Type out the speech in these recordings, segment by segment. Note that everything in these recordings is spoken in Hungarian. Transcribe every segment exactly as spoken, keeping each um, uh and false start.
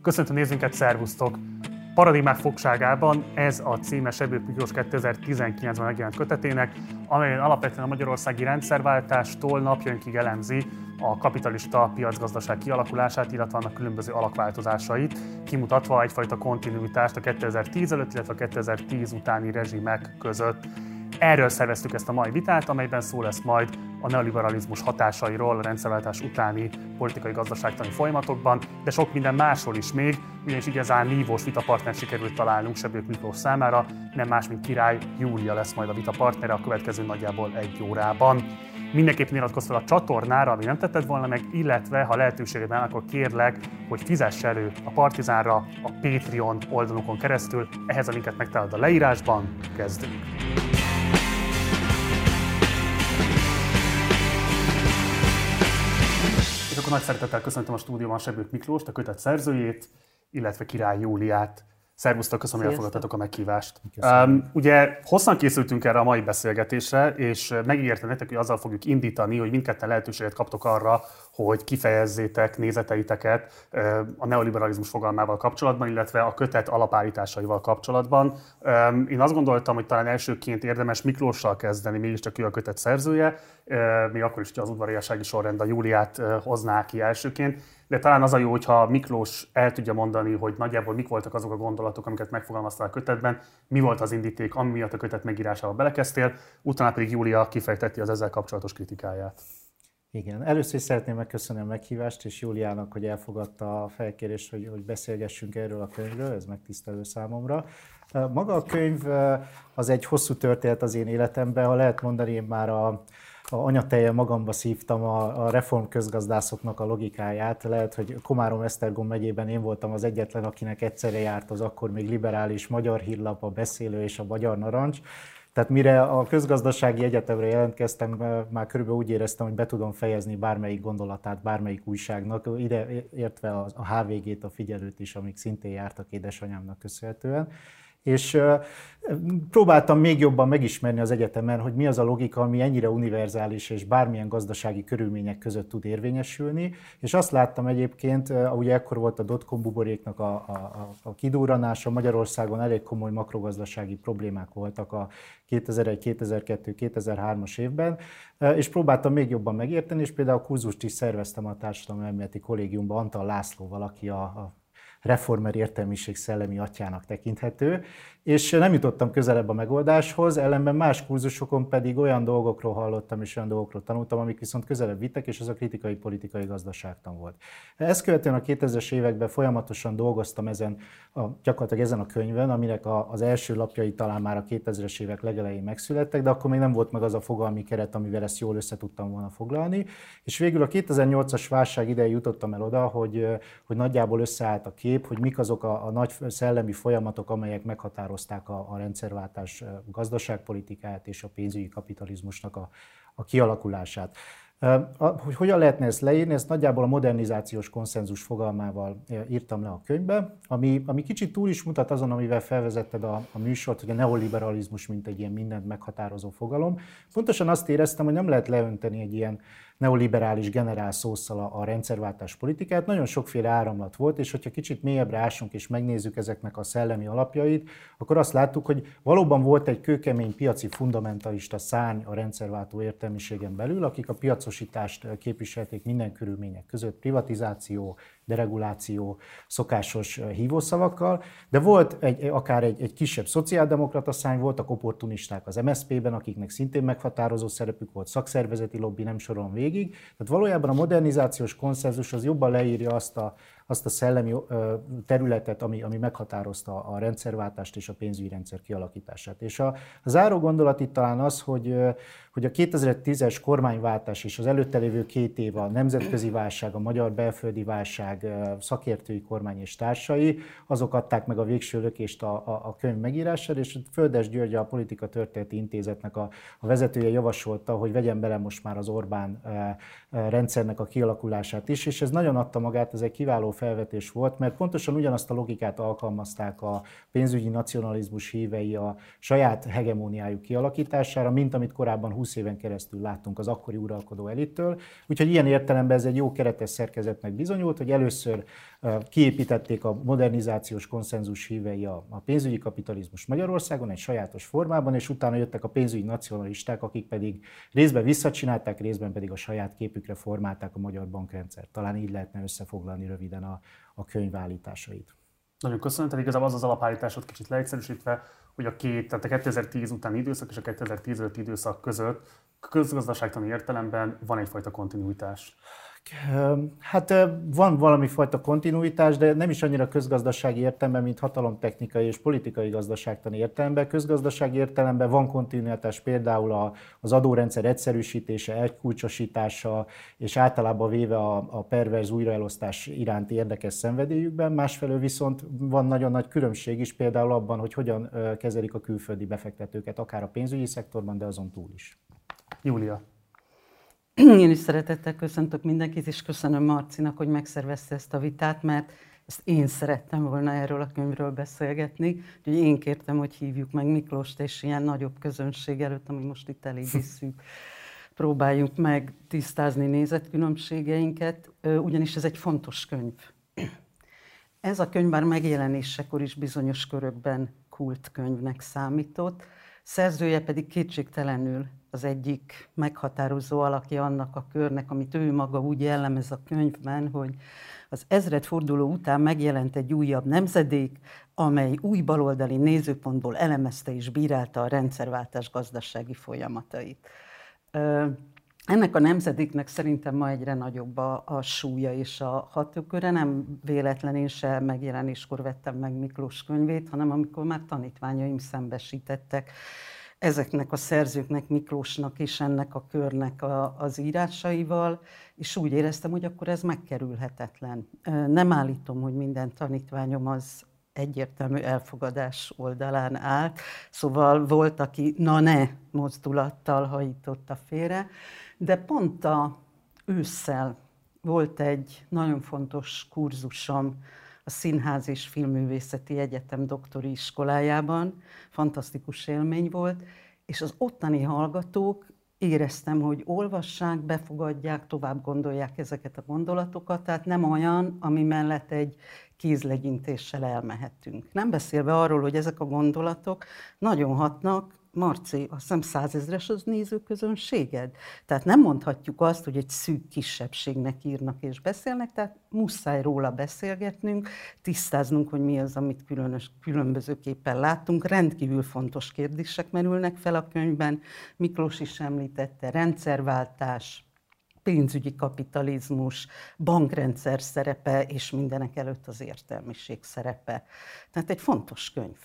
Köszöntöm nézőinket, szervusztok! Paradigmák fogságában ez a címe Sebők Miklós kétezer-tizenkilencben megjelent kötetének, amelyen alapvetően a magyarországi rendszerváltástól napjainkig elemzi a kapitalista piacgazdaság kialakulását, illetve annak különböző alakváltozásait, kimutatva egyfajta kontinuitást a kétezer-tíz előtt, illetve a kétezer-tíz utáni rezsimek között. Erről szerveztük ezt a mai vitát, amelyben szó lesz majd a neoliberalizmus hatásairól a rendszerváltás utáni politikai gazdaságtani folyamatokban, de sok minden másról is még, ugyanis igazán nívós vitapartnert sikerült találnunk Sebők Miklós számára, nem más, mint Király Júlia lesz majd a vitapartnere a következő nagyjából egy órában. Mindenképpen iratkozz fel a csatornára, ami nem tetted volna meg, illetve ha lehetőséged van, akkor kérlek, hogy fizess elő a Partizánra a Patreon oldalukon keresztül. Ehhez a linket megtalálod a leírásban. Kezdünk! És akkor nagy szeretettel köszöntöm a stúdióban Sebők Miklóst, a kötet szerzőjét, illetve Király Júliát. Szervusztok, köszönöm, hogy elfogadtatok a meghívást. Um, ugye hosszan készültünk erre a mai beszélgetésre, és megígértem nektek, hogy azzal fogjuk indítani, hogy mindketten lehetőséget kaptok arra, hogy kifejezzétek nézeteiteket a neoliberalizmus fogalmával kapcsolatban, illetve a kötet alapállításaival kapcsolatban. Um, én azt gondoltam, hogy talán elsőként érdemes Miklóssal kezdeni, mégiscsak ő a kötet szerzője, még akkor is, hogy az udvariassági sorrend a Júliát hozná ki elsőként. De talán az a jó, hogyha Miklós el tudja mondani, hogy nagyjából mik voltak azok a gondolatok, amiket megfogalmaztál a kötetben, mi volt az indíték, ami miatt a kötet megírásába belekezdtél, utána pedig Júlia kifejteti az ezzel kapcsolatos kritikáját. Igen, először is szeretném megköszönni a meghívást, és Júliának, hogy elfogadta a felkérést, hogy, hogy beszélgessünk erről a könyvről, ez megtisztelő számomra. Maga a könyv az egy hosszú történet az én életemben, ha lehet mondani, én már a A anyatejen magamba szívtam a, a reformközgazdászoknak a logikáját. Lehet, hogy Komárom-Esztergom megyében én voltam az egyetlen, akinek egyszerre járt az akkor még liberális Magyar Hírlap, a Beszélő és a Magyar Narancs. Tehát mire a közgazdasági egyetemre jelentkeztem, már körülbelül úgy éreztem, hogy be tudom fejezni bármelyik gondolatát bármelyik újságnak, ide értve a há vé gét, a Figyelőt is, amik szintén jártak édesanyámnak köszönhetően. És próbáltam még jobban megismerni az egyetemen, hogy mi az a logika, ami ennyire univerzális és bármilyen gazdasági körülmények között tud érvényesülni. És azt láttam egyébként, ugye ekkor volt a dotcom buboréknak a, a, a kidurranása, Magyarországon elég komoly makrogazdasági problémák voltak a kétezer-egy, kétezer-kettő, kétezer-hármas évben, és próbáltam még jobban megérteni, és például a kurzust is szerveztem a Társadalomelméleti Kollégiumban Antal Lászlóval, aki a, a reformer értelmiség szellemi atyának tekinthető, és nem jutottam közelebb a megoldáshoz, ellenben más kurzusokon pedig olyan dolgokról hallottam és olyan dolgokról tanultam, amik viszont közelebb vittek, és az a kritikai politikai gazdaságtan volt. Ezt követően a kétezres években folyamatosan dolgoztam ezen, a, gyakorlatilag ezen a könyvön, aminek a, az első lapjai talán már a kétezres évek legelején megszülettek, de akkor még nem volt meg az a fogalmi keret, amivel ezt jól össze tudtam volna foglalni, és végül a kétezer-nyolcas válság idején jutottam el oda, hogy, hogy nagyjából összeállt a kép, hogy mik azok a, a nagy szellemi folyamatok, amelyek meghatározták a, a rendszerváltás gazdaságpolitikáját és a pénzügyi kapitalizmusnak a, a kialakulását. Hogy hogyan lehetne ezt leírni, ezt nagyjából a modernizációs konszenzus fogalmával írtam le a könyvbe, ami, ami kicsit túl is mutat azon, amivel felvezetted a, a műsort, hogy a neoliberalizmus mint egy ilyen mindent meghatározó fogalom. Pontosan azt éreztem, hogy nem lehet leönteni egy ilyen neoliberális generál szósszal a, a rendszerváltás politikát. Nagyon sokféle áramlat volt, és hogyha kicsit mélyebbre ásunk és megnézzük ezeknek a szellemi alapjait, akkor azt láttuk, hogy valóban volt egy kőkemény piaci fundamentalista szárny a rendszerváltó értelmiségen belül, akik a piacosítást képviselték minden körülmények között, privatizáció, dereguláció, szokásos hívószavakkal, de volt egy, akár egy, egy kisebb szociáldemokrata szárny, voltak opportunisták az em es zé pében, akiknek szintén meghatározó szerepük volt, szakszervezeti lobby, nem sorolom végig. Tehát valójában a modernizációs konszenzus az jobban leírja azt a, azt a szellemi területet, ami, ami meghatározta a rendszerváltást és a pénzügyi rendszer kialakítását. És a, a záró gondolat itt talán az, hogy, hogy a kétezer-tízes kormányváltás és az előtte lévő két év, a nemzetközi válság, a magyar belföldi válság, szakértői kormány és társai, azok adták meg a végső lökést a, a, a könyv megírására, és Földes György, a Politika Történeti Intézetnek a, a vezetője javasolta, hogy vegyen bele most már az Orbán rendszernek a kialakulását is, és ez nagyon adta magát, ez egy kiváló felvetés volt, mert pontosan ugyanazt a logikát alkalmazták a pénzügyi nacionalizmus hívei a saját hegemóniájuk kialakítására, mint amit korábban húsz éven keresztül láttunk az akkori uralkodó elittől. Úgyhogy ilyen értelemben ez egy jó keretes szerkezetnek bizonyult, hogy először Kiépítették a modernizációs konszenzus hívei a, a pénzügyi kapitalizmus Magyarországon egy sajátos formában, és utána jöttek a pénzügyi nacionalisták, akik pedig részben visszacsinálták, részben pedig a saját képükre formálták a magyar bankrendszert. Talán így lehetne összefoglalni röviden a, a könyv állításait. Nagyon köszönöm, tehát igazából az az alapállításod kicsit leegyszerűsítve, hogy a két, tehát a kétezer-tíz utáni időszak és a kétezer-tíz előtti időszak között közgazdaságtani értelemben van egyfajta kontinuitás. Hát van valami fajta kontinuitás, de nem is annyira közgazdasági értelemben, mint hatalomtechnikai és politikai gazdaságtani értelemben. Közgazdasági értelemben van kontinuitás például az adórendszer egyszerűsítése, elkulcsosítása és általában véve a, a perverz újraelosztás iránti érdekes szenvedélyükben. Másfelől viszont van nagyon nagy különbség is például abban, hogy hogyan kezelik a külföldi befektetőket, akár a pénzügyi szektorban, de azon túl is. Júlia. Én is szeretettel köszöntök mindenkit, és köszönöm Marcinak, hogy megszervezte ezt a vitát, mert ezt én szerettem volna erről a könyvről beszélgetni. Úgyhogy én kértem, hogy hívjuk meg Miklóst, és ilyen nagyobb közönség előtt, ami most itt eléggé szűk, próbáljuk meg tisztázni nézetkülönbségeinket, ugyanis ez egy fontos könyv. Ez a könyv már megjelenésekor is bizonyos körökben kultkönyvnek számított, szerzője pedig kétségtelenül az egyik meghatározó alakja annak a körnek, amit ő maga úgy jellemez a könyvben, hogy az ezredforduló után megjelent egy újabb nemzedék, amely új baloldali nézőpontból elemezte és bírálta a rendszerváltás gazdasági folyamatait. Ennek a nemzedéknek szerintem ma egyre nagyobb a, a súlya és a hatóköre. Nem véletlen én se megjelenéskor vettem meg Miklós könyvét, hanem amikor már tanítványaim szembesítettek ezeknek a szerzőknek, Miklósnak és ennek a körnek a, az írásaival, és úgy éreztem, hogy akkor ez megkerülhetetlen. Nem állítom, hogy minden tanítványom az egyértelmű elfogadás oldalán állt, szóval volt, aki na ne mozdulattal hajította félre, de pont a ősszel volt egy nagyon fontos kurzusom a Színház és Filmművészeti Egyetem doktori iskolájában, fantasztikus élmény volt, és az ottani hallgatók éreztem, hogy olvassák, befogadják, tovább gondolják ezeket a gondolatokat, tehát nem olyan, ami mellett egy kézlegyintéssel elmehetünk. Nem beszélve arról, hogy ezek a gondolatok nagyon hatnak, Marci, azt hiszem százezres az nézőközönséged. Tehát nem mondhatjuk azt, hogy egy szűk kisebbségnek írnak és beszélnek, tehát muszáj róla beszélgetnünk, tisztáznunk, hogy mi az, amit különös, különbözőképpen látunk. Rendkívül fontos kérdések merülnek fel a könyvben. Miklós is említette, rendszerváltás, pénzügyi kapitalizmus, bankrendszer szerepe, és mindenek előtt az értelmiség szerepe. Tehát egy fontos könyv.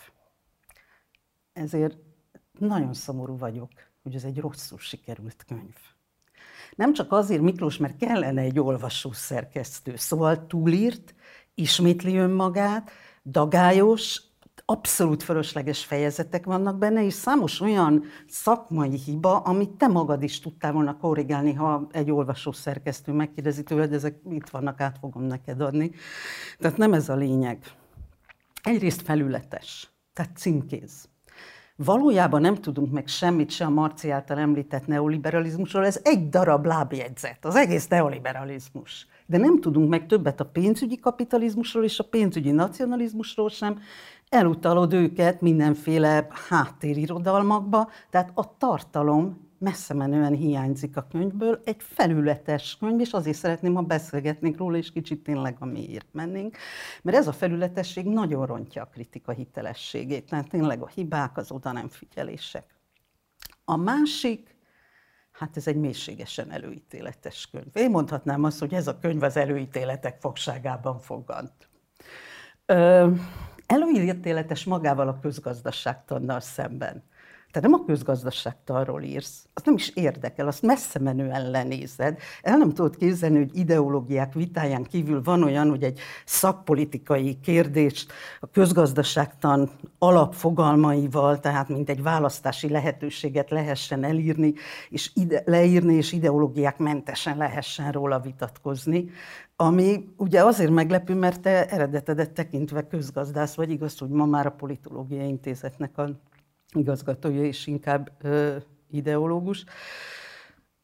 Ezért nagyon szomorú vagyok, hogy ez egy rosszul sikerült könyv. Nem csak azért, Miklós, mert kellene egy olvasó szerkesztő, szóval túlírt, ismétli önmagát, dagályos, abszolút fölösleges fejezetek vannak benne, és számos olyan szakmai hiba, amit te magad is tudtál volna korrigálni, ha egy olvasó szerkesztő megkérdezi tőled, ezek itt vannak, át fogom neked adni. Tehát nem ez a lényeg. Egyrészt felületes, tehát címkéz. Valójában nem tudunk meg semmit se a Marci által említett neoliberalizmusról, ez egy darab lábjegyzet, az egész neoliberalizmus. De nem tudunk meg többet a pénzügyi kapitalizmusról és a pénzügyi nacionalizmusról sem, elutalod őket mindenféle háttérirodalmakba, tehát a tartalom messze menően hiányzik a könyvből, egy felületes könyv, és azért szeretném, ha beszélgetnénk róla, és kicsit tényleg a mélyért mennénk, mert ez a felületesség nagyon rontja a kritika hitelességét, tehát tényleg a hibák, az oda nem figyelések. A másik, hát ez egy mélységesen előítéletes könyv. Én mondhatnám azt, hogy ez a könyv az előítéletek fogságában fogant. Ö, előítéletes magával a közgazdaságtannal szemben. Te nem a közgazdaságtanról írsz, az nem is érdekel, azt messze menően lenézed. El nem tudod képzelni, hogy ideológiák vitáján kívül van olyan, hogy egy szakpolitikai kérdést a közgazdaságtan alapfogalmaival, tehát mint egy választási lehetőséget lehessen elírni, és ide, leírni, és ideológiák mentesen lehessen róla vitatkozni. Ami ugye azért meglepő, mert te eredetedet tekintve közgazdász vagy, igaz, hogy ma már a Politológiai Intézetnek a igazgatója és inkább ö, ideológus.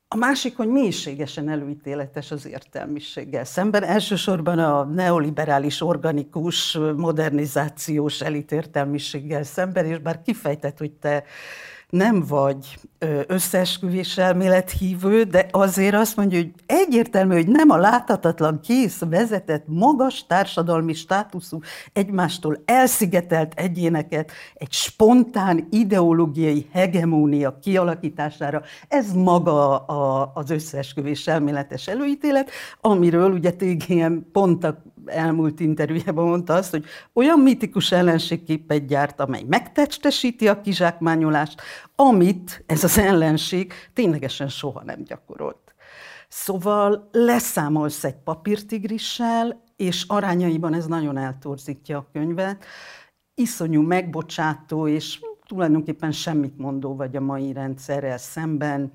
A másik, hogy mélységesen előítéletes az értelmiséggel szemben, elsősorban a neoliberális, organikus, modernizációs elitértelmiséggel szemben, és bár kifejtett, hogy te nem vagy összeesküvés elmélet hívő, de azért azt mondja, hogy egyértelmű, hogy nem a láthatatlan kész vezetett magas társadalmi státuszú, egymástól elszigetelt egyéneket egy spontán ideológiai hegemónia kialakítására. Ez maga a, az összeesküvés elméletes előítélet, amiről ugye té gé em pont a elmúlt interjújában mondta azt, hogy olyan mitikus ellenségképet gyárt, amely megtestesíti a kizsákmányolást, amit ez az ellenség ténylegesen soha nem gyakorolt. Szóval leszámolsz egy papírtigrissel, és arányaiban ez nagyon eltorzítja a könyvet. Iszonyú megbocsátó, és tulajdonképpen semmit mondó vagy a mai rendszerrel szemben.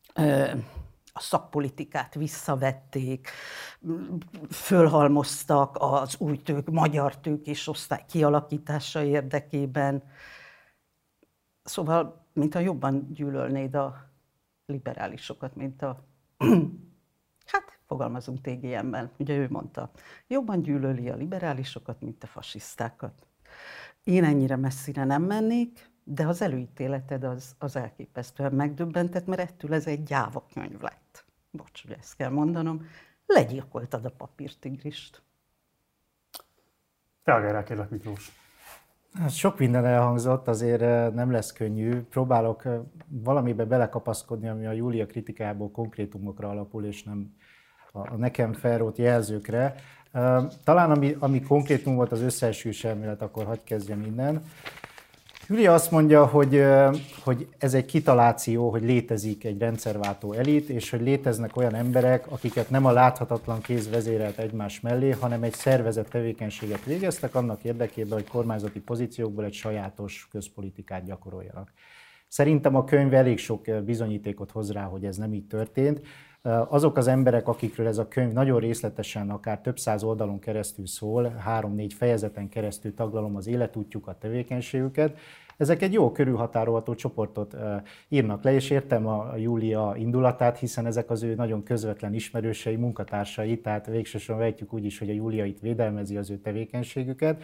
A szakpolitikát visszavették, fölhalmoztak az új tők, magyar tőkés osztály kialakítása érdekében. Szóval, mintha jobban gyűlölnéd a liberálisokat, mint a... Hát, fogalmazunk té gé em-ben, ugye ő mondta, jobban gyűlöli a liberálisokat, mint a fasisztákat. Én ennyire messzire nem mennék, de az előítéleted az, az elképesztően megdöbbentett, mert ettől ez egy gyáva könyv lett. Bocs, hogy ezt kell mondanom. Legyilkoltad a papírtigrist. Reagálj rá, kérlek, Miklós. Sok minden elhangzott, azért nem lesz könnyű. Próbálok valamibe belekapaszkodni, ami a Júlia kritikából konkrétumokra alapul, és nem a nekem felrótt jelzőkre. Talán ami, ami konkrétum volt az összeesküvés elmélet, akkor hadd kezdjem innen. Júlia azt mondja, hogy, hogy ez egy kitaláció, hogy létezik egy rendszerváltó elit, és hogy léteznek olyan emberek, akiket nem a láthatatlan kéz vezérelt egymás mellé, hanem egy szervezett tevékenységet végeztek annak érdekében, hogy kormányzati pozíciókból egy sajátos közpolitikát gyakoroljanak. Szerintem a könyv elég sok bizonyítékot hoz rá, hogy ez nem így történt. Azok az emberek, akikről ez a könyv nagyon részletesen, akár több száz oldalon keresztül szól, három-négy fejezeten keresztül taglalom az életútjukat, tevékenységüket, ezek egy jó körülhatárolható csoportot írnak le, és értem a Júlia indulatát, hiszen ezek az ő nagyon közvetlen ismerősei, munkatársai, tehát végsősorban vehetjük úgy is, hogy a Júlia itt védelmezi az ő tevékenységüket.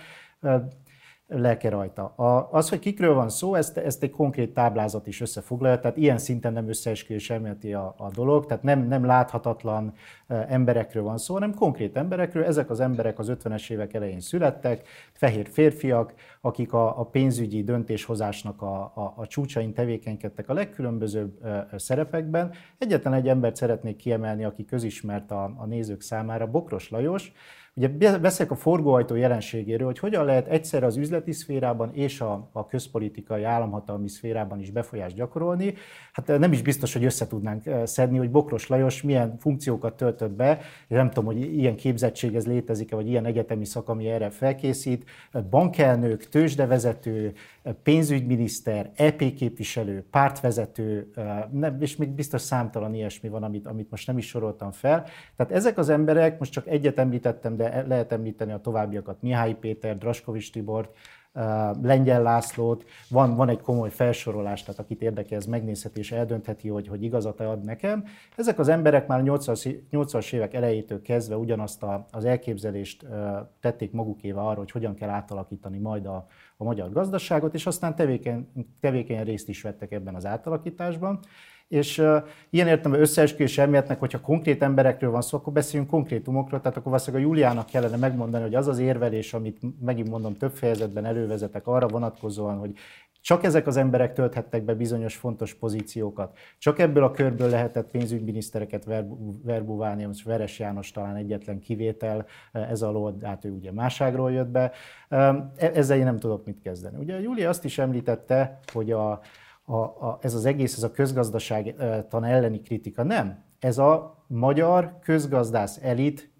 Lelke rajta. A, az, hogy kikről van szó, ezt, ezt egy konkrét táblázat is összefoglalja, tehát ilyen szinten nem összeesküvés elméleti a, a dolog, tehát nem, nem láthatatlan emberekről van szó, hanem konkrét emberekről. Ezek az emberek az ötvenes évek elején születtek, fehér férfiak, akik a, a pénzügyi döntéshozásnak a, a, a csúcsain tevékenykedtek a legkülönbözőbb szerepekben. Egyetlen egy embert szeretnék kiemelni, aki közismert a, a nézők számára, Bokros Lajos. Ugye beszélek a forgóajtó jelenségéről, hogy hogyan lehet egyszerre az üzleti szférában és a, a közpolitikai, államhatalmi szférában is befolyást gyakorolni. Hát nem is biztos, hogy össze tudnánk szedni, hogy Bokros Lajos milyen funkciókat töltött be. Én nem tudom, hogy ilyen képzettség ez létezik-e, vagy ilyen egyetemi szak, ami erre felkészít. Bankelnök, tőzsdevezető, pénzügyminiszter, é pé képviselő, pártvezető, és még biztos számtalan ilyesmi van, amit, amit most nem is soroltam fel. Tehát ezek az emberek, most csak egyet említettem, de lehet említeni a továbbiakat, Mihály Péter, Draskovics Tibort, Lengyel Lászlót, van, van egy komoly felsorolás, tehát akit érdekel, ez megnézheti és eldöntheti, hogy, hogy igazat ad nekem. Ezek az emberek már nyolcvanas évek elejétől kezdve ugyanazt a, az elképzelést tették magukévá arra, hogy hogyan kell átalakítani majd a, a magyar gazdaságot, és aztán tevékeny, tevékenyen részt is vettek ebben az átalakításban. És uh, ilyen értelemben összeesküvés elméletnek, hogyha konkrét emberekről van szó, akkor beszéljünk konkrétumokról, tehát akkor valószínűleg a Júliának kellene megmondani, hogy az az érvelés, amit megint mondom, több fejezetben elővezetek arra vonatkozóan, hogy csak ezek az emberek tölthettek be bizonyos fontos pozíciókat. Csak ebből a körből lehetett pénzügyminisztereket verbuválni, most Veres János talán egyetlen kivétel ez alól, hát ő ugye máságról jött be. Ezzel én nem tudok mit kezdeni. Ugye Júlia azt is említette, hogy a A, a, ez az egész, ez a közgazdaságtan elleni kritika. Nem. Ez a magyar közgazdász elit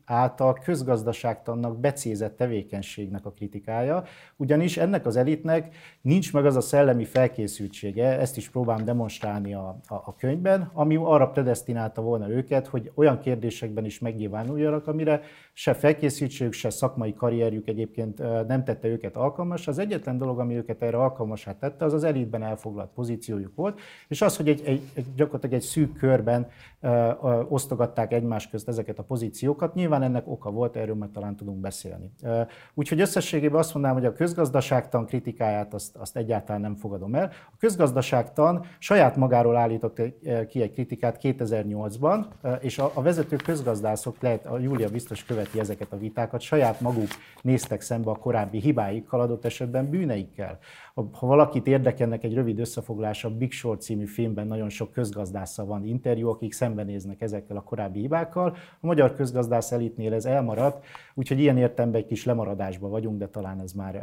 által közgazdaságtannak becézett tevékenységnek a kritikája, ugyanis ennek az elitnek nincs meg az a szellemi felkészültsége, ezt is próbálom demonstrálni a, a, a könyvben, ami arra predesztinálta volna őket, hogy olyan kérdésekben is megnyilvánuljanak, amire se felkészültségük, se szakmai karrierjük egyébként nem tette őket alkalmas. Az egyetlen dolog, ami őket erre alkalmassá tette, az az elitben elfoglalt pozíciójuk volt, és az, hogy egy, egy, egy, gyakorlatilag egy szűk körben ö, ö, osztogatták egymás közt ezeket a pozíciókat. Nyilván ennek oka volt, erről majd talán tudunk beszélni. Úgyhogy összességében azt mondanám, hogy a közgazdaságtan kritikáját azt, azt egyáltalán nem fogadom el. A közgazdaságtan saját magáról állított ki egy kritikát kétezer-nyolcban, és a, a vezető közgazdászok, lehet, a Júlia biztos követi ezeket a vitákat, saját maguk néztek szembe a korábbi hibáikkal, adott esetben bűneikkel. Ha valakit érdekelnek, egy rövid összefoglalása, a Big Short című filmben nagyon sok közgazdásza van interjú, akik szembenéznek ezekkel a korábbi hibákkal. A magyar közgazdász elitnél ez elmaradt, úgyhogy ilyen értelemben egy kis lemaradásban vagyunk, de talán ez már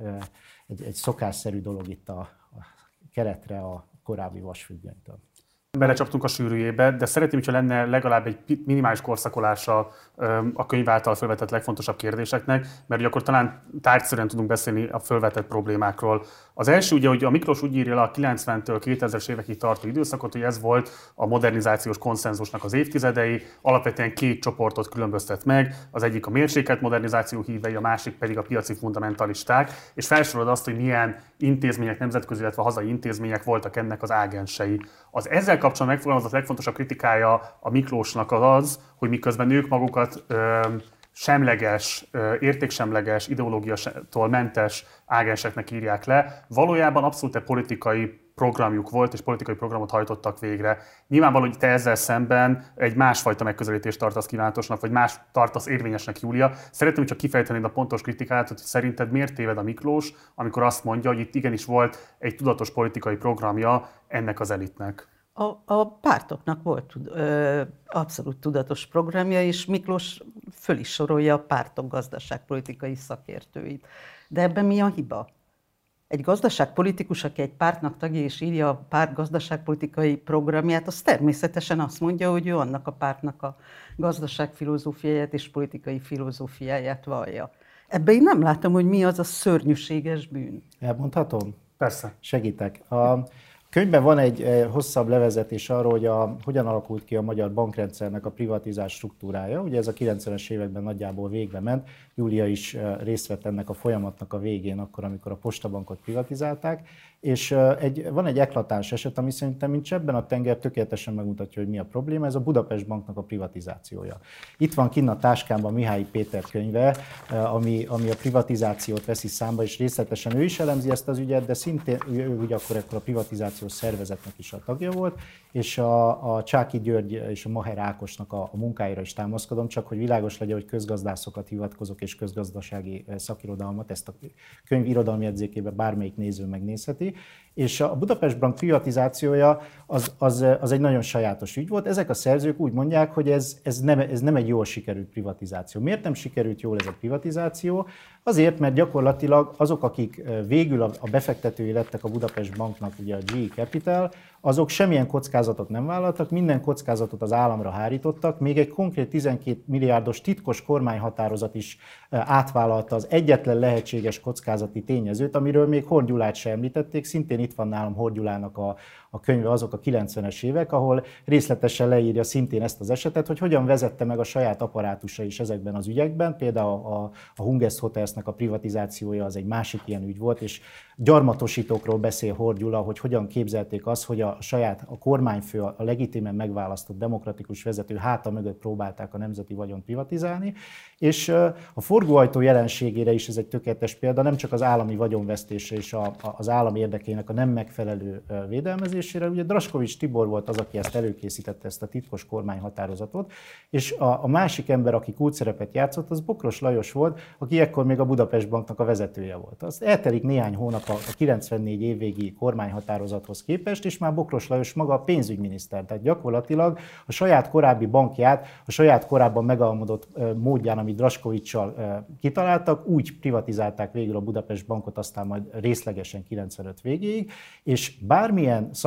egy, egy szokásszerű dolog itt a, a keretre a korábbi vasfüggönytől. Belecsaptunk a sűrűjébe, de szeretném, hogyha lenne legalább egy minimális korszakolása a könyv által felvetett legfontosabb kérdéseknek, mert akkor talán tárgyszerűen tudunk beszélni a felvetett problémákról. Az első ugye, hogy a Miklós úgy írja le a kilencventől kétezres évekig tartó időszakot, hogy ez volt a modernizációs konszenzusnak az évtizedei, alapvetően két csoportot különböztet meg, az egyik a mérsékelt modernizáció hívei, a másik pedig a piaci fundamentalisták, és felsorolod azt, hogy milyen intézmények, nemzetközi, illetve hazai intézmények voltak ennek az ágensei. Az ezzel kapcsolatban megfogalmazott legfontosabb kritikája a Miklósnak az az, hogy miközben ők magukat ö, semleges, ö, értéksemleges, ideológiától mentes ágenseknek írják le, valójában abszolút egy politikai programjuk volt, és politikai programot hajtottak végre. Nyilvánvaló, hogy te ezzel szemben egy másfajta megközelítést tartasz kívánatosnak, vagy más tartasz érvényesnek, Júlia. Szeretném, hogyha kifejtenéd a pontos kritikát, hogy szerinted miért téved a Miklós, amikor azt mondja, hogy itt igenis volt egy tudatos politikai programja ennek az elitnek. A, a pártoknak volt ö, abszolút tudatos programja, és Miklós föl is sorolja a pártok gazdaságpolitikai szakértőit. De ebben mi a hiba? Egy gazdaságpolitikus, aki egy pártnak tagja és írja a párt gazdaságpolitikai programját, az természetesen azt mondja, hogy ő annak a pártnak a gazdaságfilozófiáját és politikai filozófiáját vallja. Ebben én nem látom, hogy mi az a szörnyűséges bűn. Elmondhatom? Persze. Segítek. A könyvben van egy hosszabb levezetés arról, hogy a, hogyan alakult ki a magyar bankrendszernek a privatizás struktúrája. Ugye ez a kilencvenes években nagyjából végbe ment. Júlia is részt vett ennek a folyamatnak a végén, akkor, amikor a Postabankot privatizálták. És egy, van egy eklatáns eset, ami szerintem mint ebben a tenger tökéletesen megmutatja, hogy mi a probléma, ez a Budapest Banknak a privatizációja. Itt van kinn a táskámban Mihály Péter könyve, ami, ami a privatizációt veszi számba, és részletesen ő is elemzi ezt az ügyet, de szintén ő ugye akkor, akkor a privatizációs szervezetnek is a tagja volt, és a, a Csáky György és a Maher Ákosnak a, a munkáira is támaszkodom, csak hogy világos legyen, hogy közgazdászokat hivatkozok és közgazdasági szakirodalmat, ezt a könyv irodalmi jegyzékében bármelyik néző megnézheti. És a Budapest Bank privatizációja az, az, az egy nagyon sajátos ügy volt. Ezek a szerzők úgy mondják, hogy ez, ez, nem, ez nem egy jól sikerült privatizáció. Miért nem sikerült jól ez a privatizáció? Azért, mert gyakorlatilag azok, akik végül a befektetői lettek a Budapest Banknak, ugye a gé é Capital, azok semmilyen kockázatot nem vállaltak, minden kockázatot az államra hárítottak, még egy konkrét tizenkét milliárdos titkos kormányhatározat is átvállalta az egyetlen lehetséges kockázati tényezőt, amiről még Horn Gyulát sem említették, szintén itt van nálam Horn Gyulának a, a könyve Azok a kilencvenes évek, ahol részletesen leírja szintén ezt az esetet, hogy hogyan vezette meg a saját apparátusa is ezekben az ügyekben, például a, a Hungest Hotelsnek a privatizációja az egy másik ilyen ügy volt, és gyarmatosítókról beszél Horn Gyula, hogy hogyan képzelték azt, hogy a saját a kormányfő, a legitimen megválasztott demokratikus vezető háta mögött próbálták a nemzeti vagyont privatizálni, és a forgóajtó jelenségére is ez egy tökéletes példa, nem csak az állami vagyonvesztése és a, az állam érdekének a nem megfelelő védelmezésére. Ugye Draskovics Tibor volt az, aki ezt előkészítette, ezt a titkos kormányhatározatot, és a, a másik ember, aki kulcsszerepet játszott, az Bokros Lajos volt, aki ekkor még a Budapest Banknak a vezetője volt. Az eltelik néhány hónap a, a kilencvennégy évvégi kormányhatározathoz képest, és már Bokros Lajos maga a pénzügyminiszter, tehát gyakorlatilag a saját korábbi bankját, a saját korábban megalmodott módján, amit Draskovics-sal kitaláltak, úgy privatizálták végül a Budapest Bankot, aztán majd részlegesen kilencvenöt végéig, és bármilyen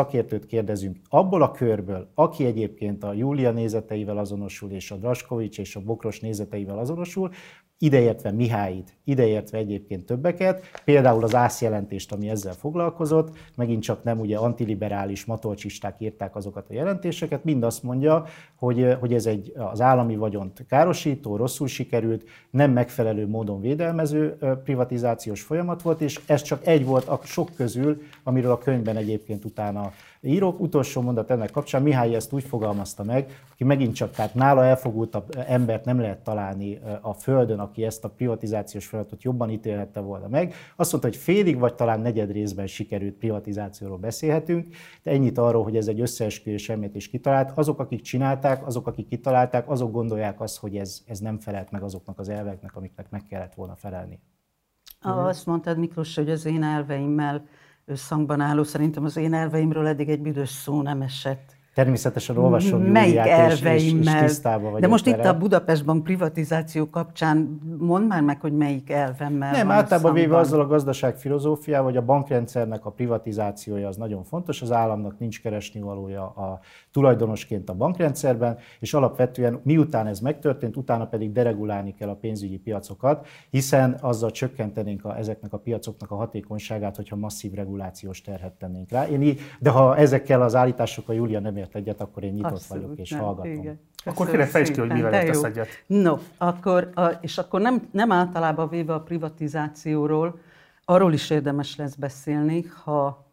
szakértőt kérdezünk abból a körből, aki egyébként a Júlia nézeteivel azonosul, és a Draskovics és a Bokros nézeteivel azonosul, ideértve Mihályt, ideértve egyébként többeket, például az ÁSZ jelentést, ami ezzel foglalkozott, megint csak nem ugye antiliberális matolcsisták írták azokat a jelentéseket, mind azt mondja, hogy, hogy ez egy az állami vagyont károsító, rosszul sikerült, nem megfelelő módon védelmező privatizációs folyamat volt, és ez csak egy volt a sok közül, amiről a könyvben egyébként utána írok. Utolsó mondat ennek kapcsán, Mihály ezt úgy fogalmazta meg, aki megint csak, tehát nála elfogultabb embert nem lehet találni a Földön, aki ezt a privatizációs folyamatot jobban ítélhette volna meg. Azt mondta, hogy félig vagy talán negyed részben sikerült privatizációról beszélhetünk, de ennyit arról, hogy ez egy összeesküvés elmélet is kitalált. Azok, akik csinálták, azok, akik kitalálták, azok gondolják azt, hogy ez, ez nem felelt meg azoknak az elveknek, amiknek meg kellett volna felelni. Ah, azt mondtad, Miklós, hogy az én elveimmel összhangban álló, szerintem az én elveimről eddig egy büdös szó nem esett. Természetesen olvasom Júliát, és, és, és tisztában vagyok. De most vele. Itt a Budapest Bank privatizáció kapcsán mondd már meg, hogy melyik elvemmel Nem, van általában véve összhangban. azzal a gazdaság filozófiával, hogy a bankrendszernek a privatizációja az nagyon fontos, az államnak nincs keresnivalója a tulajdonosként a bankrendszerben, és alapvetően miután ez megtörtént, utána pedig deregulálni kell a pénzügyi piacokat, hiszen azzal csökkentenénk a, ezeknek a piacoknak a hatékonyságát, hogyha masszív regulációs terhet tennénk rá. Én így, de ha ezekkel az állításokkal Júlia nem ért egyet, akkor én nyitott Abszolút vagyok és nem, hallgatom. igen. Akkor kérlek, fejtsd ki, hogy mivel értesz egyet. No, akkor, a, és akkor nem, nem általában véve a privatizációról, arról is érdemes lesz beszélni, ha,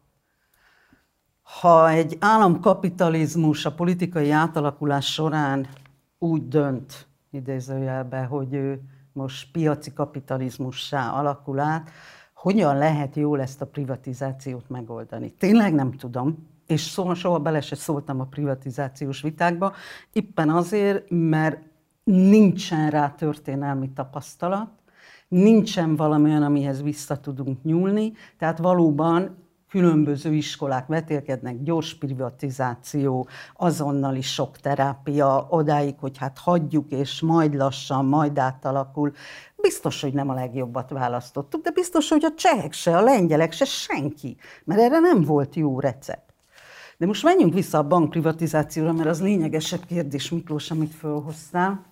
ha egy államkapitalizmus a politikai átalakulás során úgy dönt, idézőjelben, hogy ő most piaci kapitalizmussá alakul át, hogyan lehet jól ezt a privatizációt megoldani. Tényleg nem tudom. És soha, soha bele se szóltam a privatizációs vitákba, éppen azért, mert nincsen rá történelmi tapasztalat, nincsen valami olyan, amihez vissza tudunk nyúlni, tehát valóban különböző iskolák vetélkednek, gyors privatizáció, azonnali sok terápia, odáig, hogy hát hagyjuk, és majd lassan, majd átalakul. Biztos, hogy nem a legjobbat választottuk, de biztos, hogy a csehek se, a lengyelek se, senki, mert erre nem volt jó recept. De most menjünk vissza a bankprivatizációra, mert az lényegesebb kérdés, Miklós, amit fölhoztál.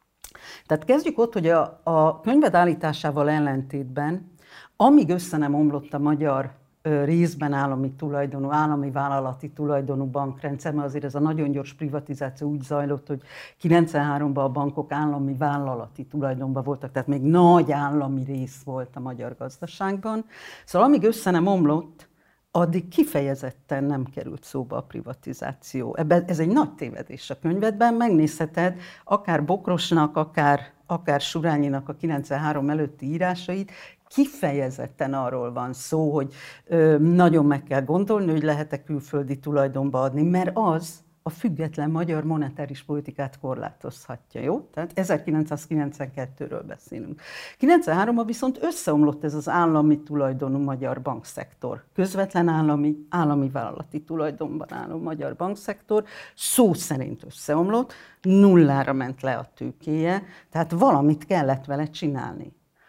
Tehát kezdjük ott, hogy a, a könyved állításával ellentétben, amíg össze nem omlott a magyar ö, részben állami tulajdonú, állami vállalati tulajdonú bankrendszer, mert azért ez a nagyon gyors privatizáció úgy zajlott, hogy kilencvenháromban a bankok állami vállalati tulajdonban voltak, tehát még nagy állami rész volt a magyar gazdaságban. Szóval amíg össze nem omlott, addig kifejezetten nem került szóba a privatizáció. Ebben, ez egy nagy tévedés a könyvedben, megnézheted akár Bokrosnak, akár, akár Surányinak a kilencvenhárom előtti írásait, kifejezetten arról van szó, hogy ö, nagyon meg kell gondolni, hogy lehet-e külföldi tulajdonba adni, mert az a független magyar monetáris politikát korlátozhatja, jó? Tehát ezerkilencszázkilencvenkettőről beszélünk. kilencvenháromban viszont összeomlott ez az állami tulajdonú magyar bankszektor. Közvetlen állami, állami vállalati tulajdonban álló magyar bankszektor szó szerint összeomlott, nullára ment le a tőkéje, tehát valamit kellett vele csinálni.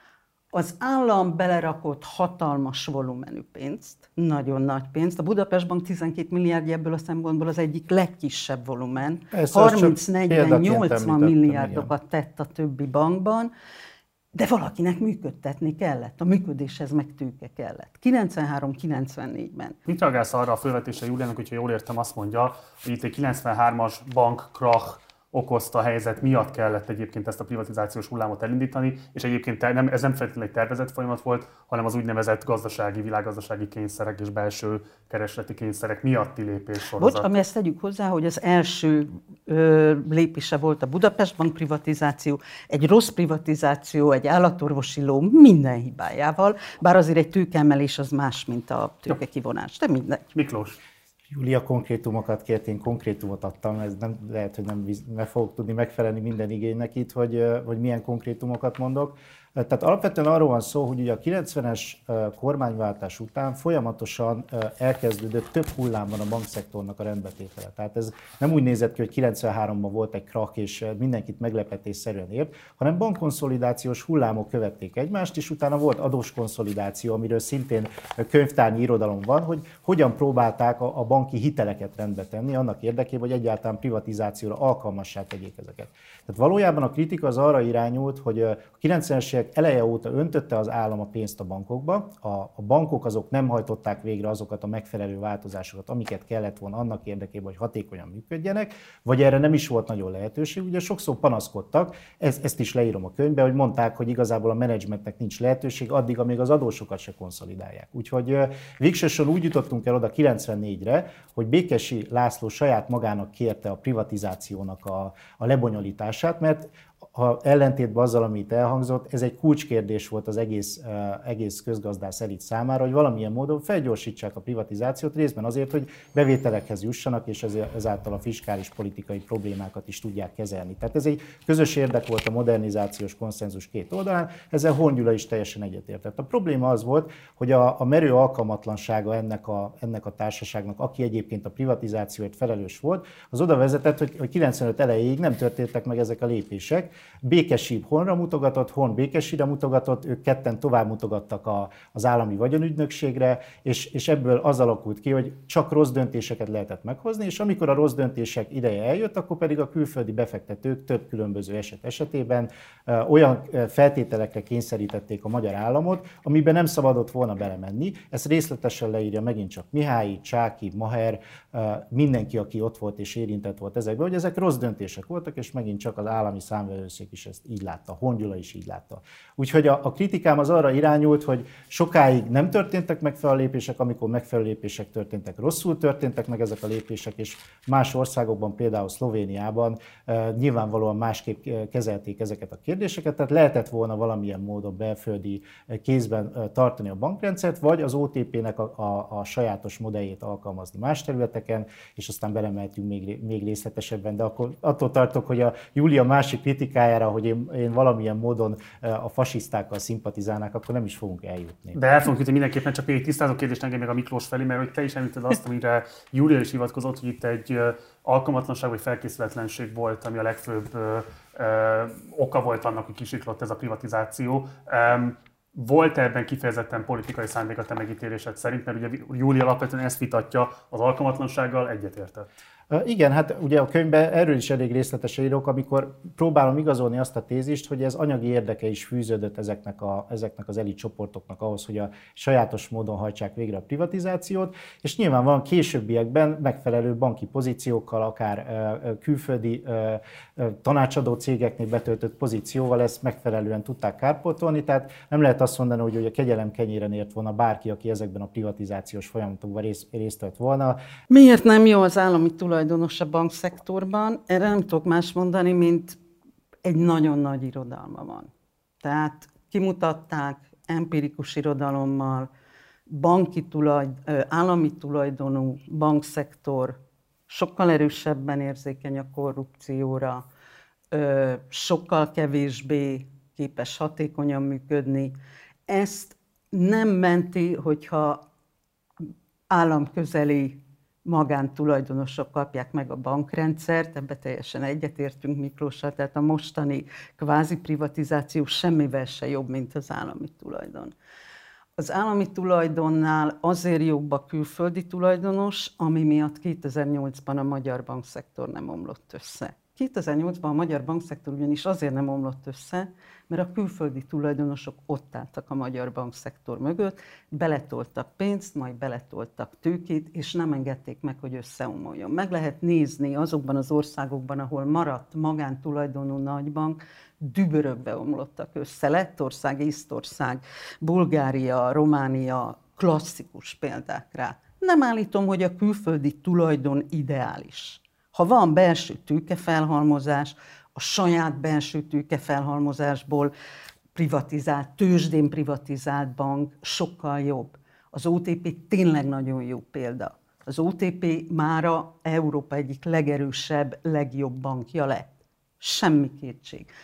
Az állam belerakott hatalmas volumenű pénzt, nagyon nagy pénzt. A Budapest Bank tizenkét milliárdja ebből a szempontból az egyik legkisebb volumen. harminc negyven nyolcvan milliárdokat tett a többi bankban, de valakinek működtetni kellett. A működéshez meg tőke kellett. kilencvenhárom kilencvennégyben. Mit reagálsz arra a felvetésre Júliának, hogyha jól értem, azt mondja, hogy itt egy kilencvenhármas bankkrach okozta helyzet miatt kellett egyébként ezt a privatizációs hullámot elindítani, és egyébként nem, ez nem feltétlenül egy tervezett folyamat volt, hanem az úgynevezett gazdasági, világgazdasági kényszerek és belső keresleti kényszerek miatti lépés sorozat. Bocs, ami ezt tegyük hozzá, hogy az első ö, lépése volt a Budapest Bank privatizáció, egy rossz privatizáció, egy állatorvosi ló minden hibájával, bár azért egy tőkeemelés az más, mint a tőkekivonás, de mindegy. Miklós. Júlia konkrétumokat kért, én konkrétumot adtam, ez nem, lehet, hogy nem, nem fogok tudni megfelelni minden igénynek itt, hogy, hogy milyen konkrétumokat mondok. Tehát alapvetően arról van szó, hogy ugye a kilencvenes kormányváltás után folyamatosan elkezdődött több hullámban a bankszektornak a rendbetétele. Tehát ez nem úgy nézett ki, hogy kilencvenháromban volt egy krak, és mindenkit meglepetésszerűen ért, hanem bankkonszolidációs hullámok követték egymást, és utána volt adóskonszolidáció, amiről szintén könyvtárnyi irodalom van, hogy hogyan próbálták a banki hiteleket rendbe tenni annak érdekében, hogy egyáltalán privatizációra alkalmassá tegyék ezeket. Tehát valójában a kritika az arra irányult, hogy a kilencvenes évek eleje óta öntötte az állam a pénzt a bankokba, a, a bankok azok nem hajtották végre azokat a megfelelő változásokat, amiket kellett volna annak érdekében, hogy hatékonyan működjenek, vagy erre nem is volt nagyon lehetőség. Ugye sokszor panaszkodtak, ez, ezt is leírom a könyvbe, hogy mondták, hogy igazából a menedzsmentnek nincs lehetőség addig, amíg az adósokat se konszolidálják. Úgyhogy végsősorban úgy jutottunk el oda kilencvennégyre, hogy Békessy László saját magának kérte a privatizációnak a, a lebonyolítását, mert ha ellentétben azzal, amit elhangzott, ez egy kulcskérdés volt az egész, uh, egész közgazdász elit számára, hogy valamilyen módon felgyorsítsák a privatizációt, részben azért, hogy bevételekhez jussanak, és ezáltal a fiskális politikai problémákat is tudják kezelni. Tehát ez egy közös érdek volt a modernizációs konszenzus két oldalán, ezzel Horn Gyula is teljesen egyetértett. A probléma az volt, hogy a, a merő alkalmatlansága ennek a, ennek a társaságnak, aki egyébként a privatizációért felelős volt, az oda vezetett, hogy, hogy kilencvenöt elejéig nem történtek meg ezek a lépések. Békessy Hornra mutogatott, Horn Békessyre mutogatott, ők ketten tovább mutogattak a, az állami vagyonügynökségre, és, és ebből az alakult ki, hogy csak rossz döntéseket lehetett meghozni, és amikor a rossz döntések ideje eljött, akkor pedig a külföldi befektetők több különböző eset esetében ö, olyan feltételekre kényszerítették a magyar államot, amiben nem szabadott volna belemenni. Ezt részletesen leírja megint csak Mihály, Csáky, Maher, ö, mindenki, aki ott volt és érintett volt ezekben, hogy ezek rossz döntések voltak, és megint csak az állami számvevőszék is ezt így látta, Horn Gyula is így látta. Úgyhogy a, a kritikám az arra irányult, hogy sokáig nem történtek megfelelő lépések, amikor megfelelő lépések történtek, rosszul történtek meg ezek a lépések, és más országokban, például Szlovéniában e, nyilvánvalóan másképp kezelték ezeket a kérdéseket, tehát lehetett volna valamilyen módon belföldi kézben tartani a bankrendszert, vagy az o té pé-nek a, a, a sajátos modelljét alkalmazni más területeken, és aztán belemeltünk még, még részletesebben, de akkor attól tartok, hogy a Júlia másik kritikájára, hogy én, én valamilyen módon a fasisztákkal szimpatizálnák, akkor nem is fogunk eljutni. De el fogunk jutni mindenképpen, csak még egy tisztázó kérdést engem meg a Miklós felé, mert hogy te is említed azt, amire Júlia is hivatkozott, hogy itt egy alkalmatlanság vagy felkészületlenség volt, ami a legfőbb ö, ö, oka volt annak, hogy kisiklott ez a privatizáció. Um, Volt-e ebben kifejezetten politikai szándék a te megítélésed szerint? Mert ugye Júlia alapvetően ezt vitatja, az alkalmatlansággal egyetértett. Igen, hát ugye a könyvben erről is elég részletesen írok, amikor próbálom igazolni azt a tézist, hogy ez anyagi érdeke is fűződött ezeknek, a, ezeknek az elit csoportoknak ahhoz, hogy a sajátos módon hajtsák végre a privatizációt, és nyilvánvalóan későbbiekben megfelelő banki pozíciókkal, akár külföldi tanácsadó cégeknél betöltött pozícióval ezt megfelelően tudták kárpótolni, tehát nem lehet azt mondani, hogy a kegyelem kenyéren ért volna bárki, aki ezekben a privatizációs folyamatokban részt, részt vett volna. Miért nem jó az állami tulajdonos a bankszektorban? Erre nem tudok más mondani, mint egy nagyon nagy irodalma van. Tehát kimutatták empirikus irodalommal, banki tulajd, állami tulajdonú bankszektor sokkal erősebben érzékeny a korrupcióra, sokkal kevésbé képes hatékonyan működni. Ezt nem menti, hogyha államközeli magántulajdonosok kapják meg a bankrendszert, ebbe teljesen egyetértünk Miklóssal, tehát a mostani kvázi privatizáció semmivel se jobb, mint az állami tulajdon. Az állami tulajdonnál azért jobb a külföldi tulajdonos, ami miatt kétezer-nyolcban a magyar bankszektor nem omlott össze. kétezer-nyolcban a magyar bankszektor ugyanis azért nem omlott össze, mert a külföldi tulajdonosok ott álltak a magyar bankszektor mögött, beletoltak pénzt, majd beletoltak tőkét, és nem engedték meg, hogy összeomoljon. Meg lehet nézni azokban az országokban, ahol maradt magántulajdonú nagybank, dübörökbe omlottak össze. Lettország, Észtország, Bulgária, Románia klasszikus példák rá. Nem állítom, hogy a külföldi tulajdon ideális. Ha van belső tőkefelhalmozás, a saját belső tőkefelhalmozásból privatizált, tőzsdén privatizált bank sokkal jobb. Az o té pé tényleg nagyon jó példa. Az o té pé mára Európa egyik legerősebb, legjobb bankja lett. Semmi kétség.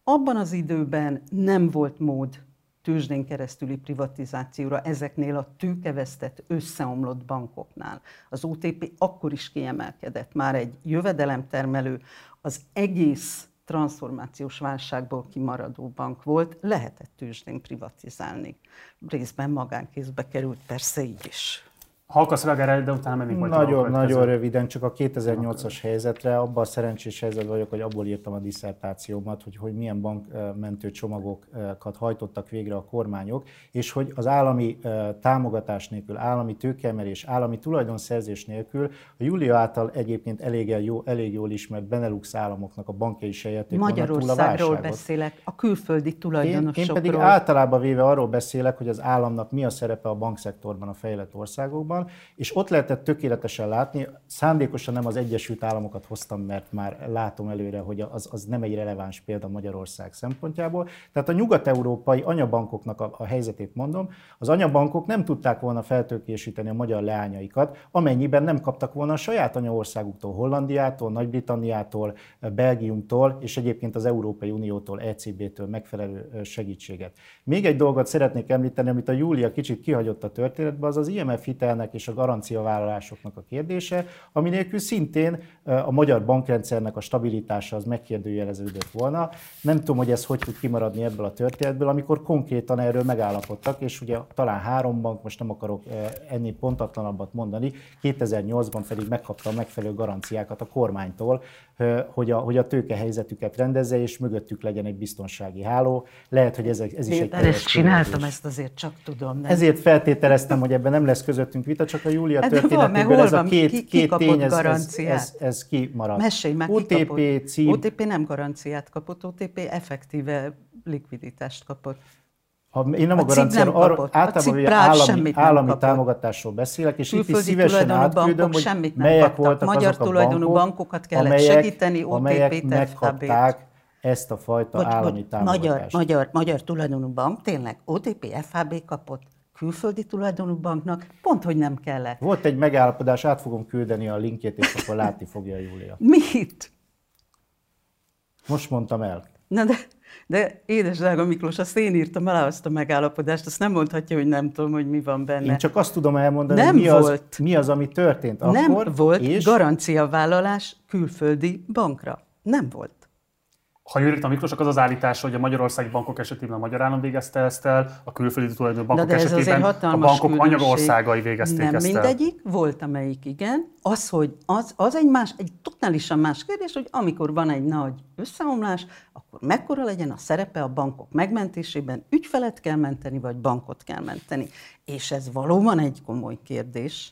Abban az időben nem volt mód tőzsdén keresztüli privatizációra ezeknél a tőkevesztett, összeomlott bankoknál. Az o té pé akkor is kiemelkedett, már egy jövedelemtermelő, az egész transformációs válságból kimaradó bank volt, lehetett tőzsdén privatizálni. Részben magánkézbe került, persze így is. Ha akarsz reagálni, de utána mennénk majd. Nagyon, nagyon röviden, csak a kétezer-nyolcas helyzetre, abban a szerencsés helyzet vagyok, hogy abból írtam a disszertációmat, hogy, hogy milyen bankmentő csomagokat hajtottak végre a kormányok, és hogy az állami támogatás nélkül, állami tőkeemelés, állami tulajdonszerzés nélkül a Júlia által egyébként elég, jó, elég jól ismert Benelux államoknak a bankjai se érték volna túl a válságot. Magyarországról beszélek, a külföldi tulajdonosokról. Én, én pedig általában véve arról beszélek, hogy az államnak mi a szerepe a bankszektorban a fejlett országokban, és ott lehetett tökéletesen látni, szándékosan nem az Egyesült Államokat hoztam, mert már látom előre, hogy az, az nem egy releváns példa Magyarország szempontjából. Tehát a nyugat-európai anyabankoknak a, a helyzetét mondom, az anyabankok nem tudták volna feltőkésíteni a magyar leányaikat, amennyiben nem kaptak volna a saját anyaországuktól, Hollandiától, Nagy-Britanniától, Belgiumtól, és egyébként az Európai Uniótól, é cé bé-től megfelelő segítséget. Még egy dolgot szeretnék említeni, amit a Júlia kicsit kihagyott a történetbe, az az i em ef hitelnek és a garanciavállalásoknak a kérdése, ami nélkül szintén a magyar bankrendszernek a stabilitása az megkérdőjeleződött volna. Nem tudom, hogy ez hogy tud kimaradni ebből a történetből, amikor konkrétan erről megállapodtak, és ugye talán három bank, most nem akarok ennél pontatlanabbat mondani, kétezer-nyolcban pedig megkapta a megfelelő garanciákat a kormánytól, hogy a, hogy a tőkehelyzetüket rendezze, és mögöttük legyen egy biztonsági háló. Lehet, hogy ez, ez is egy... Ezt csináltam, ezt azért csak tudom. Nem? Ezért feltételeztem, hogy ebben nem lesz közöttünk vita, csak a Júlia történetében ez a két, ki, két ki tény, ez, ez, ez, ez kimaradt. Mesélj meg, o té pé, cím... o té pé nem garanciát kapott, o té pé effektíve likviditást kapott. Ha én nem a, a garanciáról, arról általában állami, állami támogatásról beszélek, és itt is szívesen átküldöm, hogy melyek voltak magyar azok a tulajdonú bankok, bankokat kellett amelyek, segíteni, o té amelyek pét, megkapták ezt a fajta bocs, állami bocs, támogatást. Magyar, magyar, magyar tulajdonú bank, tényleg o té pé, ef há bé kapott, külföldi tulajdonú banknak pont, hogy nem kellett. Volt egy megállapodás, át fogom küldeni a linkjét, és akkor látni fogja a Júlia. Mit? Most mondtam el. Na de, de édes drága Miklós, azt én írtam alá azt a megállapodást, azt nem mondhatja, hogy nem tudom, hogy mi van benne. Én csak azt tudom elmondani, nem hogy mi, volt. Az, mi az, ami történt akkor. Nem volt és... garanciavállalás külföldi bankra. Nem volt. Ha jól értem, Miklós, az az állítás, hogy a magyarországi bankok esetében a magyar állam végezte ezt el, a külföldi tulajdonú bankok esetében a bankok anyagországai végezték nem ezt el. Nem mindegyik, volt amelyik igen. Az, hogy az, az egy, más, egy totálisan más kérdés, hogy amikor van egy nagy összeomlás, akkor mekkora legyen a szerepe a bankok megmentésében, ügyfelet kell menteni, vagy bankot kell menteni. És ez valóban egy komoly kérdés.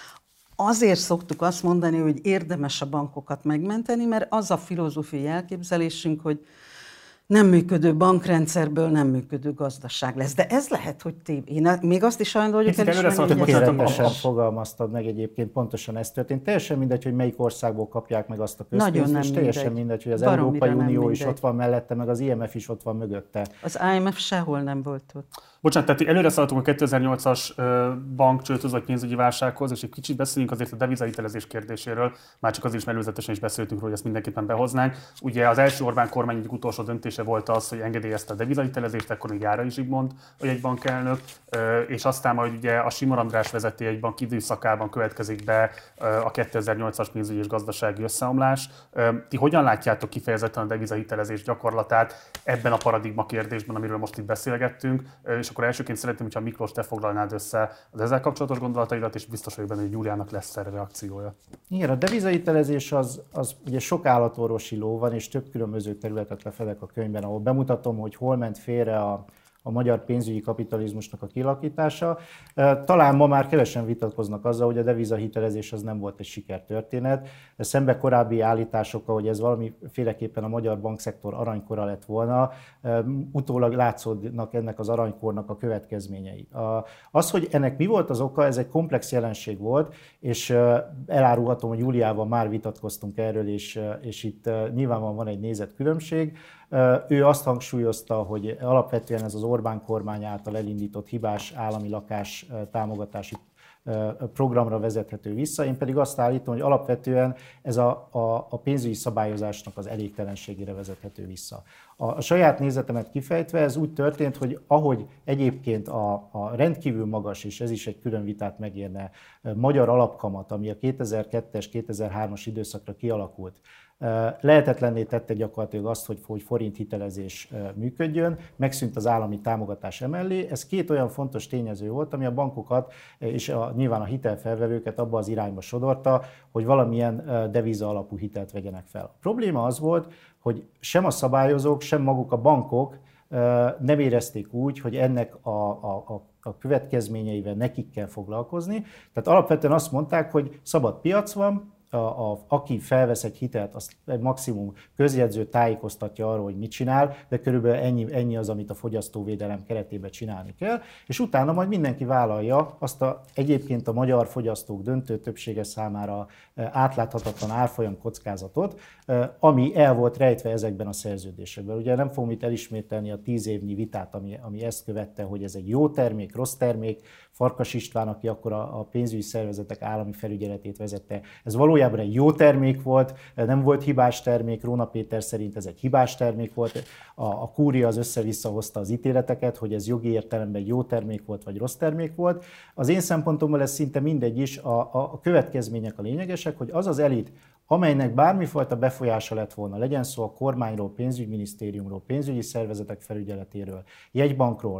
Azért szoktuk azt mondani, hogy érdemes a bankokat megmenteni, mert az a filozófiai elképzelésünk, hogy nem működő bankrendszerből nem működő gazdaság lesz. De ez lehet, hogy tév. Én még azt is sajnálom, hogy elismerni, hogy tökéletesen fogalmaztad meg egyébként, pontosan ez történt. Teljesen mindegy, hogy melyik országból kapják meg azt a közpénzt, és teljesen mindegy, mindegy hogy az Baromira Európai Unió is ott van mellette, meg az i em ef is ott van mögötte. Az i em ef sehol nem volt ott. Bocsánat, tehát előre szaladtunk a kétezer-nyolcas bankcsődhöz vagy pénzügyi válsághoz, és egy kicsit beszéljünk azért a devizahitelezés kérdéséről, már csak azért is előzetesen is beszéltünk róla, hogy ezt mindenképpen behoznánk. Ugye az első Orbán kormány egyik utolsó döntése volt az, hogy engedélyezte a devizahitelezést, akkor még Járai Zsigmond, hogy egy bankelnök, és aztán majd ugye a Simon András vezeti egy bank időszakában következik be a kétezer-nyolcas pénzügyi és gazdasági összeomlás. Ti hogyan látjátok kifejezetten a devizahitelezés gyakorlatát ebben a paradigma kérdésben, amiről most itt beszélgettünk? És akkor elsőként szeretném, hogyha Miklós, te foglalnád össze az ezzel kapcsolatos gondolataidat, és biztos vagyok benne, hogy Júliának lesz erre reakciója. Igen, a devizahitelezés az, az ugye sok állatorvosi ló van, és több különböző területet lefedek a könyvben, ahol bemutatom, hogy hol ment félre a, a magyar pénzügyi kapitalizmusnak a kilakítása. Talán ma már kevesen vitatkoznak azzal, hogy a devizahitelezés az nem volt egy sikertörténet. Szembe korábbi állításokkal, hogy ez valamiféleképpen a magyar bankszektor aranykora lett volna, utólag látszódnak ennek az aranykornak a következményei. Az, hogy ennek mi volt az oka, ez egy komplex jelenség volt, és elárulhatom, hogy Júliával már vitatkoztunk erről, és, és itt nyilvánvalóan van egy nézetkülönbség. Ő azt hangsúlyozta, hogy alapvetően ez az Orbán kormány által elindított hibás állami lakás támogatási programra vezethető vissza. Én pedig azt állítom, hogy alapvetően ez a, a, a pénzügyi szabályozásnak az elégtelenségére vezethető vissza. A, a saját nézetemet kifejtve ez úgy történt, hogy ahogy egyébként a, a rendkívül magas, és ez is egy külön vitát megérne, magyar alapkamat, ami a kétezer-kettes kétezer-hármas időszakra kialakult, lehetetlenné tette gyakorlatilag azt, hogy, hogy forint hitelezés működjön, megszűnt az állami támogatás emellé. Ez két olyan fontos tényező volt, ami a bankokat és a, nyilván a hitelfelvevőket abba az irányba sodorta, hogy valamilyen deviza alapú hitelt vegyenek fel. A probléma az volt, hogy sem a szabályozók, sem maguk a bankok nem érezték úgy, hogy ennek a, a, a következményeivel nekik kell foglalkozni. Tehát alapvetően azt mondták, hogy szabad piac van, A, a, aki felvesz egy hitelt, azt egy maximum közjegyző tájékoztatja arról, hogy mit csinál, de körülbelül ennyi, ennyi az, amit a fogyasztóvédelem keretében csinálni kell, és utána majd mindenki vállalja azt a, egyébként a magyar fogyasztók döntő többsége számára átláthatatlan árfolyam kockázatot, ami el volt rejtve ezekben a szerződésekben. Ugye nem fogom itt elismételni a tíz évnyi vitát, ami, ami ezt követte, hogy ez egy jó termék, rossz termék. Farkas István, aki akkor a, a pénzügyi szervezetek állami felügyeletét vezette, ez valójában egy jó termék volt, nem volt hibás termék, Róna Péter szerint ez egy hibás termék volt. A, a kúria az össze-vissza hozta az ítéleteket, hogy ez jogi értelemben jó termék volt, vagy rossz termék volt. Az én szempontomból ez szinte mindegy is, a, a, a következmények a lényegesek, hogy az az elit, amelynek bármifajta befolyása lett volna, legyen szó a kormányról, pénzügyminisztériumról, pénzügyi szervezetek felügyeletéről, jegybankról,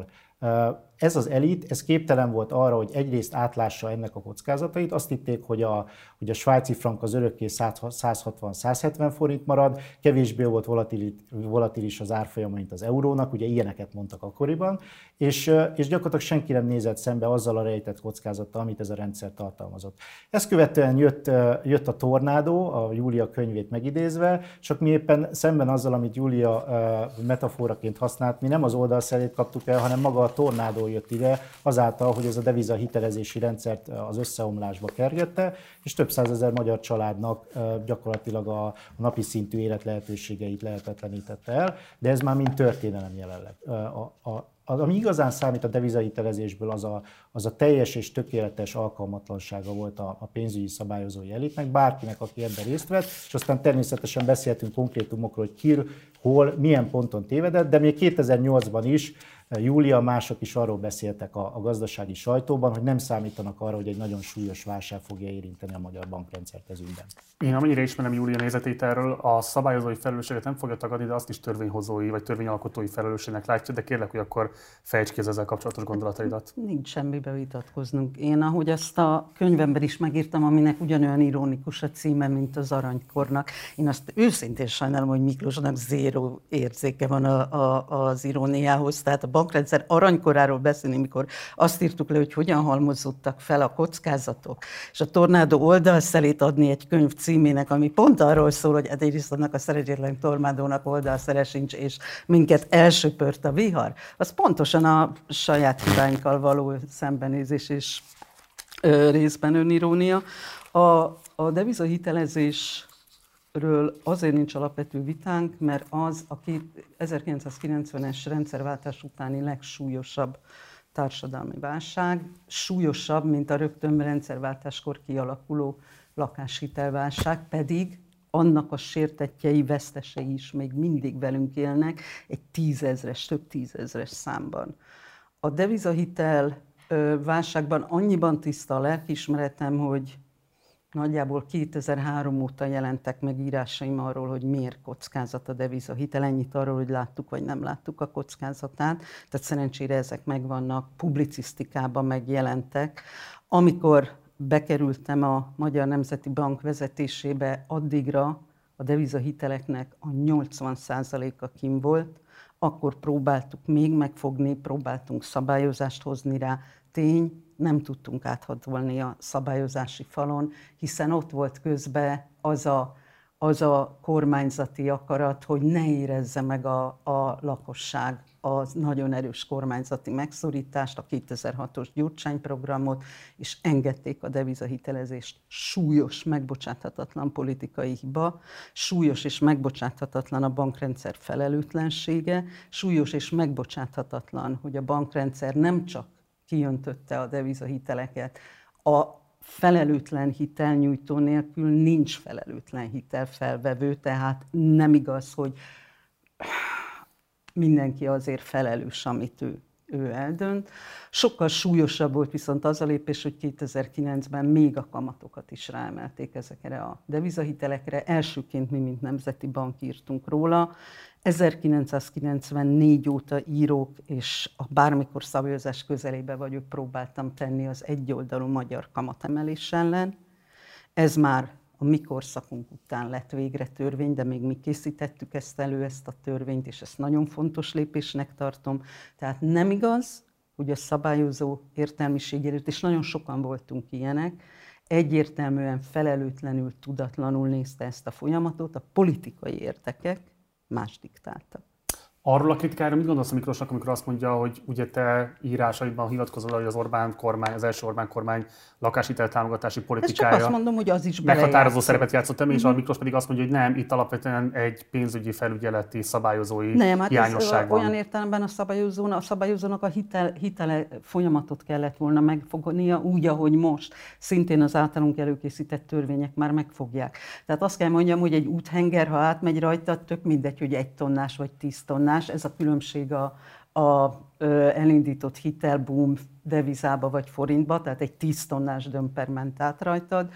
ez az elit, ez képtelen volt arra, hogy egyrészt átlássa ennek a kockázatait. Azt hitték, hogy a, hogy a svájci frank az örökké száz hatvan száz hetven forint marad, kevésbé volt volatilis, volatilis az árfolyam, mint az eurónak, ugye ilyeneket mondtak akkoriban, és, és gyakorlatilag senki nem nézett szembe azzal a rejtett kockázattal, amit ez a rendszer tartalmazott. Ezt követően jött, jött a tornádó, a Júlia könyvét megidézve, csak mi éppen szemben azzal, amit Júlia metaforaként használt, mi nem az oldalszelét kaptuk el, hanem maga a tornádó jött ide, azáltal, hogy ez a deviza hitelezési rendszert az összeomlásba kergette, és több százezer magyar családnak gyakorlatilag a napi szintű élet lehetőségeit lehetetlenítette el, de ez már mind történelem jelenleg. A, a, az, ami igazán számít a devizahitelezésből, az a, az a teljes és tökéletes alkalmatlansága volt a, a pénzügyi szabályozói elitnek, bárkinek, aki ebben részt vett, és aztán természetesen beszélhetünk konkrétumokról, hogy ki, hol, milyen ponton tévedett, de még kétezer-nyolcban is Júlia, mások is arról beszéltek a, a gazdasági sajtóban, hogy nem számítanak arra, hogy egy nagyon súlyos válság fogja érinteni a magyar bankrendszert ez ügyben. Én amennyire ismerem Júlia nézetét erről, a szabályozói felelősséget nem fogja tagadni, de azt is törvényhozói vagy törvényalkotói felelősségnek látja, de kérlek, hogy akkor fejtsd ki ezzel kapcsolatos gondolataidat. Nincs semmibe vitatkoznunk. Én, ahogy azt a könyvemben is megírtam, aminek ugyanolyan ironikus a címe, mint az Aranykornak, én azt őszintén sajnálom, hogy Miklósnak zéró érzéke van a, a, az iróniához, tehát a bankrendszer aranykoráról beszélni, mikor azt írtuk le, hogy hogyan halmozódtak fel a kockázatok, és a tornádó oldalszelét adni egy könyv címének, ami pont arról szól, hogy egyrészt annak a szerencsétlen tornádónak oldalszere sincs, és minket elsöpört a vihar, az pontosan a saját hibáinkkal való szembenézés és ö, részben önirónia. A, a devizahitelezés ről azért nincs alapvető vitánk, mert az a ezerkilencszázkilencvenes rendszerváltás utáni legsúlyosabb társadalmi válság, súlyosabb, mint a rögtön rendszerváltáskor kialakuló lakáshitelválság, pedig annak a sértettjei, vesztesei is még mindig velünk élnek egy tízezres, több tízezres számban. A devizahitel válságban annyiban tiszta a lelkiismeretem, hogy nagyjából kétezer-három óta jelentek meg írásaim arról, hogy miért kockázat a devizahitel. Ennyit arról, hogy láttuk vagy nem láttuk a kockázatát. Tehát szerencsére ezek megvannak, publicisztikában megjelentek. Amikor bekerültem a Magyar Nemzeti Bank vezetésébe, addigra a devizahiteleknek a nyolcvan százaléka kint volt. Akkor próbáltuk még megfogni, próbáltunk szabályozást hozni rá. Tény, nem tudtunk áthatolni a szabályozási falon, hiszen ott volt közben az a, az a kormányzati akarat, hogy ne érezze meg a, a lakosság az nagyon erős kormányzati megszorítást, a kétezer-hatos Gyurcsány programot, és engedték a devizahitelezést. Súlyos, megbocsáthatatlan politikai hiba, súlyos és megbocsáthatatlan a bankrendszer felelőtlensége, súlyos és megbocsáthatatlan, hogy a bankrendszer nem csak kijöntötte a devizahiteleket. A felelőtlen hitelnyújtó nélkül nincs felelőtlen hitelfelvevő, tehát nem igaz, hogy mindenki azért felelős, amit ő, ő eldönt. Sokkal súlyosabb volt viszont az a lépés, hogy kétezer-kilencben még a kamatokat is ráemelték ezekre a devizahitelekre. Elsőként mi, mint Nemzeti Bank írtunk róla. ezerkilencszázkilencvennégy óta írok, és a bármikor szabályozás közelébe vagyok, próbáltam tenni az egyoldalú magyar kamatemelés ellen. Ez már a mi korszakunk után lett végre törvény, de még mi készítettük ezt elő, ezt a törvényt, és ezt nagyon fontos lépésnek tartom. Tehát nem igaz, hogy a szabályozó értelmiség előtt, és nagyon sokan voltunk ilyenek, egyértelműen felelőtlenül, tudatlanul nézte ezt a folyamatot, a politikai érdekek más diktáltak. Arról a kritikáról mit gondolsz a Miklósnak, amikor azt mondja, hogy ugye te írásaidban hivatkozol, hogy az Orbán kormány, az első Orbán kormány lakáshitel támogatási politikája csak azt mondom, hogy az is meghatározó szerepet játszott ebben, és a Miklós pedig azt mondja, hogy nem, itt alapvetően egy pénzügyi felügyeleti szabályozói nem, hát hiányosság van. Olyan értelemben a szabályozónak, a szabályozónak a hitel, hitele folyamatot kellett volna megfognia úgy, ahogy most. Szintén az általunk előkészített törvények már megfogják. Tehát azt kell mondjam, hogy egy úthenger, ha átmegy rajta, tök mindegy, hogy egy tonnás vagy tíz tonnás. Ez a különbség a, a ö, elindított hitelboom devizába vagy forintba, tehát egy tíz tonnás dömper ment át rajtad.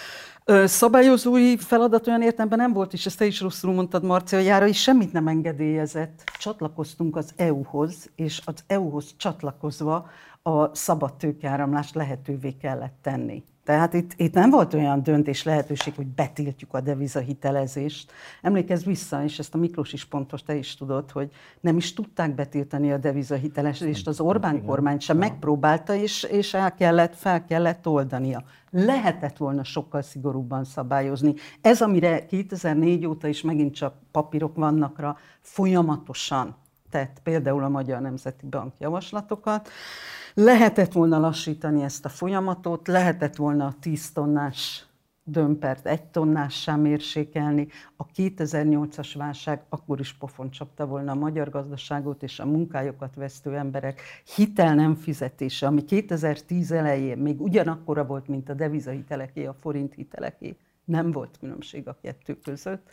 Ö, szabályozói feladat olyan értelemben nem volt, és ezt te is rosszul mondtad, Marci, hogy Járai semmit nem engedélyezett. Csatlakoztunk az é u-hoz, és az é u-hoz csatlakozva a szabad tőkeáramlást lehetővé kellett tenni. Tehát itt, itt nem volt olyan döntés lehetőség, hogy betiltjuk a devizahitelezést. Emlékezz vissza, és ezt a Miklós is pontos, te is tudod, hogy nem is tudták betiltani a devizahitelezést, az Orbán kormány sem megpróbálta, és, és el kellett, fel kellett oldania. Lehetett volna sokkal szigorúbban szabályozni. Ez, amire kétezer-négy óta is megint csak papírok vannak rá, folyamatosan tett például a Magyar Nemzeti Bank javaslatokat. Lehetett volna lassítani ezt a folyamatot, lehetett volna a tíz tonnás dömpert egy tonnássá mérsékelni. A kétezer-nyolcas válság akkor is pofont csapta volna a magyar gazdaságot, és a munkájukat vesztő emberek hitel nem fizetése, ami kétezer-tíz elején még ugyanakkora volt, mint a devizahiteleké, a forint hiteleké. Nem volt különbség a kettő között.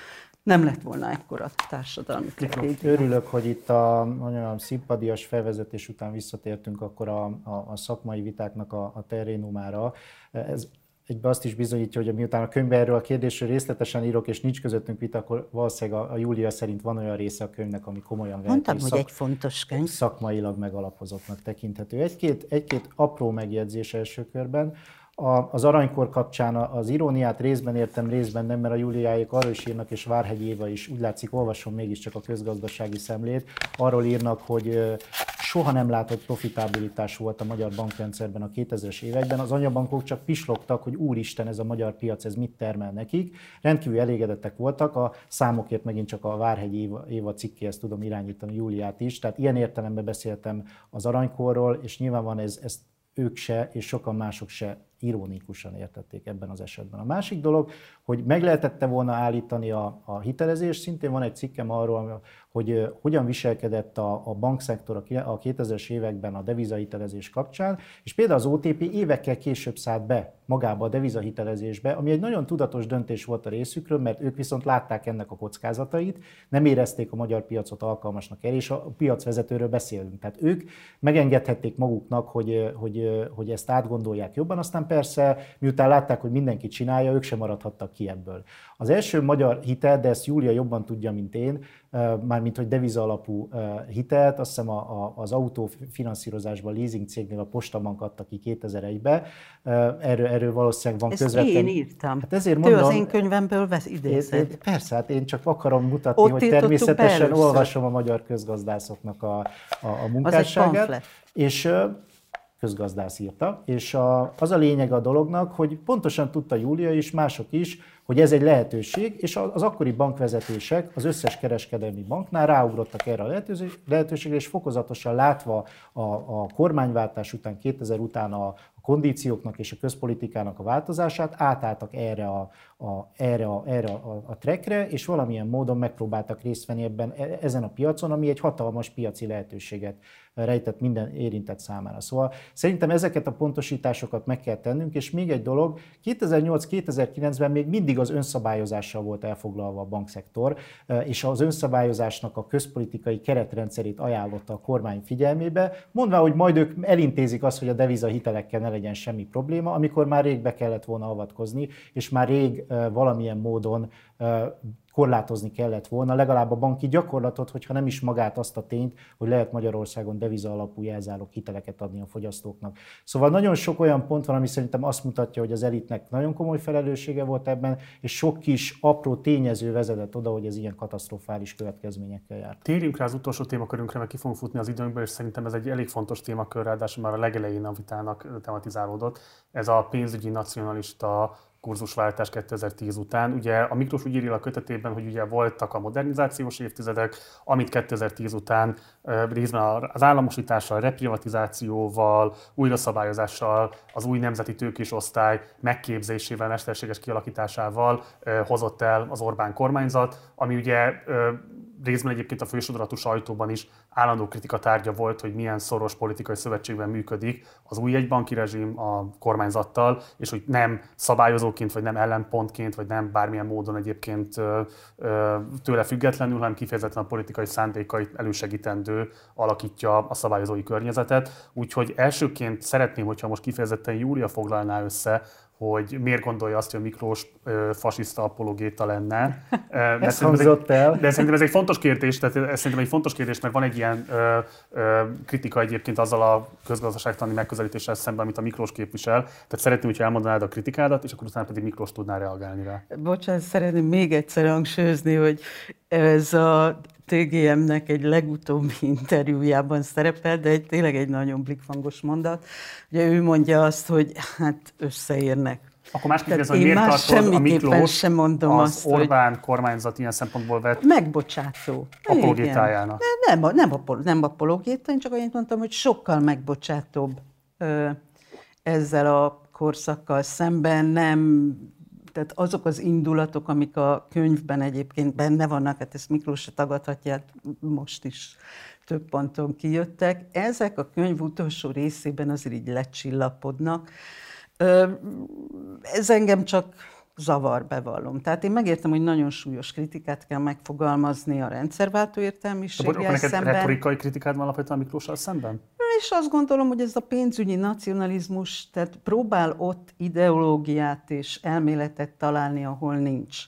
Nem lett volna ekkora társadalmi tragédia. Örülök, hogy itt a nagyon szimpadias felvezetés után visszatértünk akkor a, a, a szakmai vitáknak a, a terénumára. Ez egyben azt is bizonyítja, hogy miután a könyvben erről a kérdésről részletesen írok, és nincs közöttünk vita, akkor valószínűleg a, a Júlia szerint van olyan része a könyvnek, ami komolyan vehető. Mondtam, hogy szak, egy fontos könyv. Szakmailag megalapozottnak tekinthető. Egy-két, egy-két apró megjegyzés első körben. A, az aranykor kapcsán az iróniát részben értem, részben nem, mert a Júliáék arról is írnak, és Várhegy Éva is, úgy látszik, olvasom mégiscsak a közgazdasági szemlét, arról írnak, hogy soha nem látott profitabilitás volt a magyar bankrendszerben a kétezres években. Az anyabankok csak pislogtak, hogy úristen, ez a magyar piac, ez mit termel nekik. Rendkívül elégedettek voltak, a számokért megint csak a Várhegy Éva, Éva cikkéhez tudom irányítani Júliát is. Tehát ilyen értelemben beszéltem az aranykorról, és nyilván van ez, ezt ők se, és sokan mások se ironikusan értették ebben az esetben. A másik dolog, hogy meg lehetette volna állítani a, a hitelezést, szintén van egy cikkem arról, hogy hogyan viselkedett a, a bankszektor a kétezres években a devizahitelezés kapcsán, és például az o té pé évekkel később szállt be magába a devizahitelezésbe, ami egy nagyon tudatos döntés volt a részükről, mert ők viszont látták ennek a kockázatait, nem érezték a magyar piacot alkalmasnak erre, és a piacvezetőről beszélünk. Tehát ők megengedhették maguknak, hogy, hogy, hogy ezt átgondolják jobban, aztán persze, miután látták, hogy mindenki csinálja, ők sem maradhattak ki ebből. Az első magyar hitel, de ezt Júlia jobban tudja, mint én, mármint hogy deviza alapú hitelt, azt hiszem a, a, az autófinanszírozásban, leasing cégnél a Postabank adta ki kétezer-egyben. Erről, erről valószínűleg van közvetlen. Ezt én írtam. Hát ezért mondom, Te az én könyvemből vesz idézed. Persze, hát én csak akarom mutatni, ott hogy természetesen olvasom a magyar közgazdászoknak a, a, a munkásságát. És közgazdász írta, és a, az a lényeg a dolognak, hogy pontosan tudta Júlia is, mások is, hogy ez egy lehetőség, és az akkori bankvezetések az összes kereskedelmi banknál ráugrottak erre a lehetőségre, és fokozatosan látva a, a kormányváltás után, kétezer után a, a kondícióknak és a közpolitikának a változását, átálltak erre a, a, erre a, erre a, a trackre, és valamilyen módon megpróbáltak részt venni ebben, ezen a piacon, ami egy hatalmas piaci lehetőséget rejtett minden érintett számára. Szóval szerintem ezeket a pontosításokat meg kell tennünk, és még egy dolog, kétezer-nyolc kétezer-kilencben még mindig az önszabályozással volt elfoglalva a bankszektor, és az önszabályozásnak a közpolitikai keretrendszerét ajánlotta a kormány figyelmébe, mondva, hogy majd ők elintézik azt, hogy a devizahitelekkel ne legyen semmi probléma, amikor már rég be kellett volna avatkozni, és már rég valamilyen módon korlátozni kellett volna, legalább a banki gyakorlatot, hogyha nem is magát azt a tényt, hogy lehet Magyarországon deviza alapú jelzálog hiteleket adni a fogyasztóknak. Szóval nagyon sok olyan pont van, ami szerintem azt mutatja, hogy az elitnek nagyon komoly felelőssége volt ebben, és sok kis apró tényező vezetett oda, hogy ez ilyen katasztrofális következményekkel járt. Térjünk rá az utolsó témakörünkre, mert ki fogunk futni az időnkből, és szerintem ez egy elég fontos témakör, ráadásul már a legelején a vitának tematizálódott. Ez a pénzügyi nacionalista kurzusváltás kétezer-tíz után. Ugye a Miklós úgy írja a kötetében, hogy ugye voltak a modernizációs évtizedek, amit kétezer-tíz után részben az államosítással, reprivatizációval, újraszabályozással, az új nemzeti tőkés osztály megképzésével, mesterséges kialakításával hozott el az Orbán kormányzat, ami ugye részben egyébként a fősodratú sajtóban is állandó kritika tárgya volt, hogy milyen szoros politikai szövetségben működik az új jegybanki rezsim a kormányzattal, és hogy nem szabályozóként, vagy nem ellenpontként, vagy nem bármilyen módon egyébként tőle függetlenül, hanem kifejezetten a politikai szándékait elősegítendő alakítja a szabályozói környezetet. Úgyhogy elsőként szeretném, hogyha most kifejezetten Júlia foglalná össze, hogy miért gondolja azt, hogy a Miklós ö, fasiszta apologéta lenne. Ez hangzott el. De szerintem ez egy fontos kérdés, tehát ez szerintem egy fontos kérdés, mert van egy ilyen ö, ö, kritika egyébként azzal a közgazdaságtani megközelítéssel szemben, amit a Miklós képvisel. Tehát szeretném, hogyha elmondanád a kritikádat, és akkor utána pedig Miklós tudná reagálni rá. Bocsánat, szeretném még egyszer hangsúlyozni, hogy ez a té gé em-nek egy legutóbbi interjújában szerepel, de egy, tényleg egy nagyon blikfangos mondat. Ugye ő mondja azt, hogy hát összeérnek. Akkor más kérdezem, hogy miért tartod a Miklós sem mondom az azt, Orbán hogy kormányzat ilyen szempontból vett megbocsátó apologétájának? Nem, nem, nem, nem apologéta, én csak annyit mondtam, hogy sokkal megbocsátóbb ö, ezzel a korszakkal szemben, nem. Tehát azok az indulatok, amik a könyvben egyébként benne vannak, hát ezt Miklós se tagadhatja, hát most is több ponton kijöttek, ezek a könyv utolsó részében azért így lecsillapodnak. Ez engem csak zavar, bevallom. Tehát én megértem, hogy nagyon súlyos kritikát kell megfogalmazni a rendszerváltó értelmiséggel szemben. Neked retorikai kritikád van alapvetően Miklóssal szemben? És azt gondolom, hogy ez a pénzügyi nacionalizmus, tehát próbál ott ideológiát és elméletet találni, ahol nincs.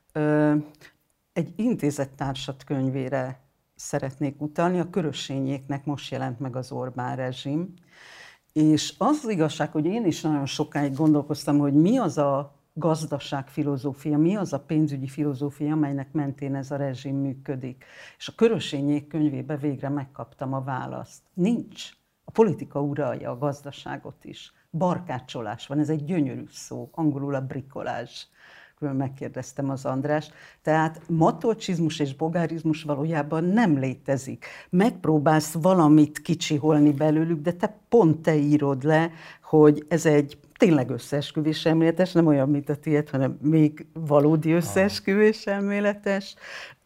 Egy intézettársat könyvére szeretnék utalni, a Körösényéknek most jelent meg az Orbán rezsim, és az, az igazság, hogy én is nagyon sokáig gondolkoztam, hogy mi az a gazdaságfilozófia, mi az a pénzügyi filozófia, amelynek mentén ez a rezsim működik. És a Körösényék könyvébe végre megkaptam a választ. Nincs. A politika uralja a gazdaságot is. Barkácsolás van, ez egy gyönyörű szó, angolul a brikolázs. Megkérdeztem az Andrást. Tehát matolcsizmus és bogárizmus valójában nem létezik. Megpróbálsz valamit kicsiholni belőlük, de te pont te írod le, hogy ez egy tényleg összeesküvés elméletes, nem olyan, mint a tiéd, hanem még valódi összeesküvés elméletes,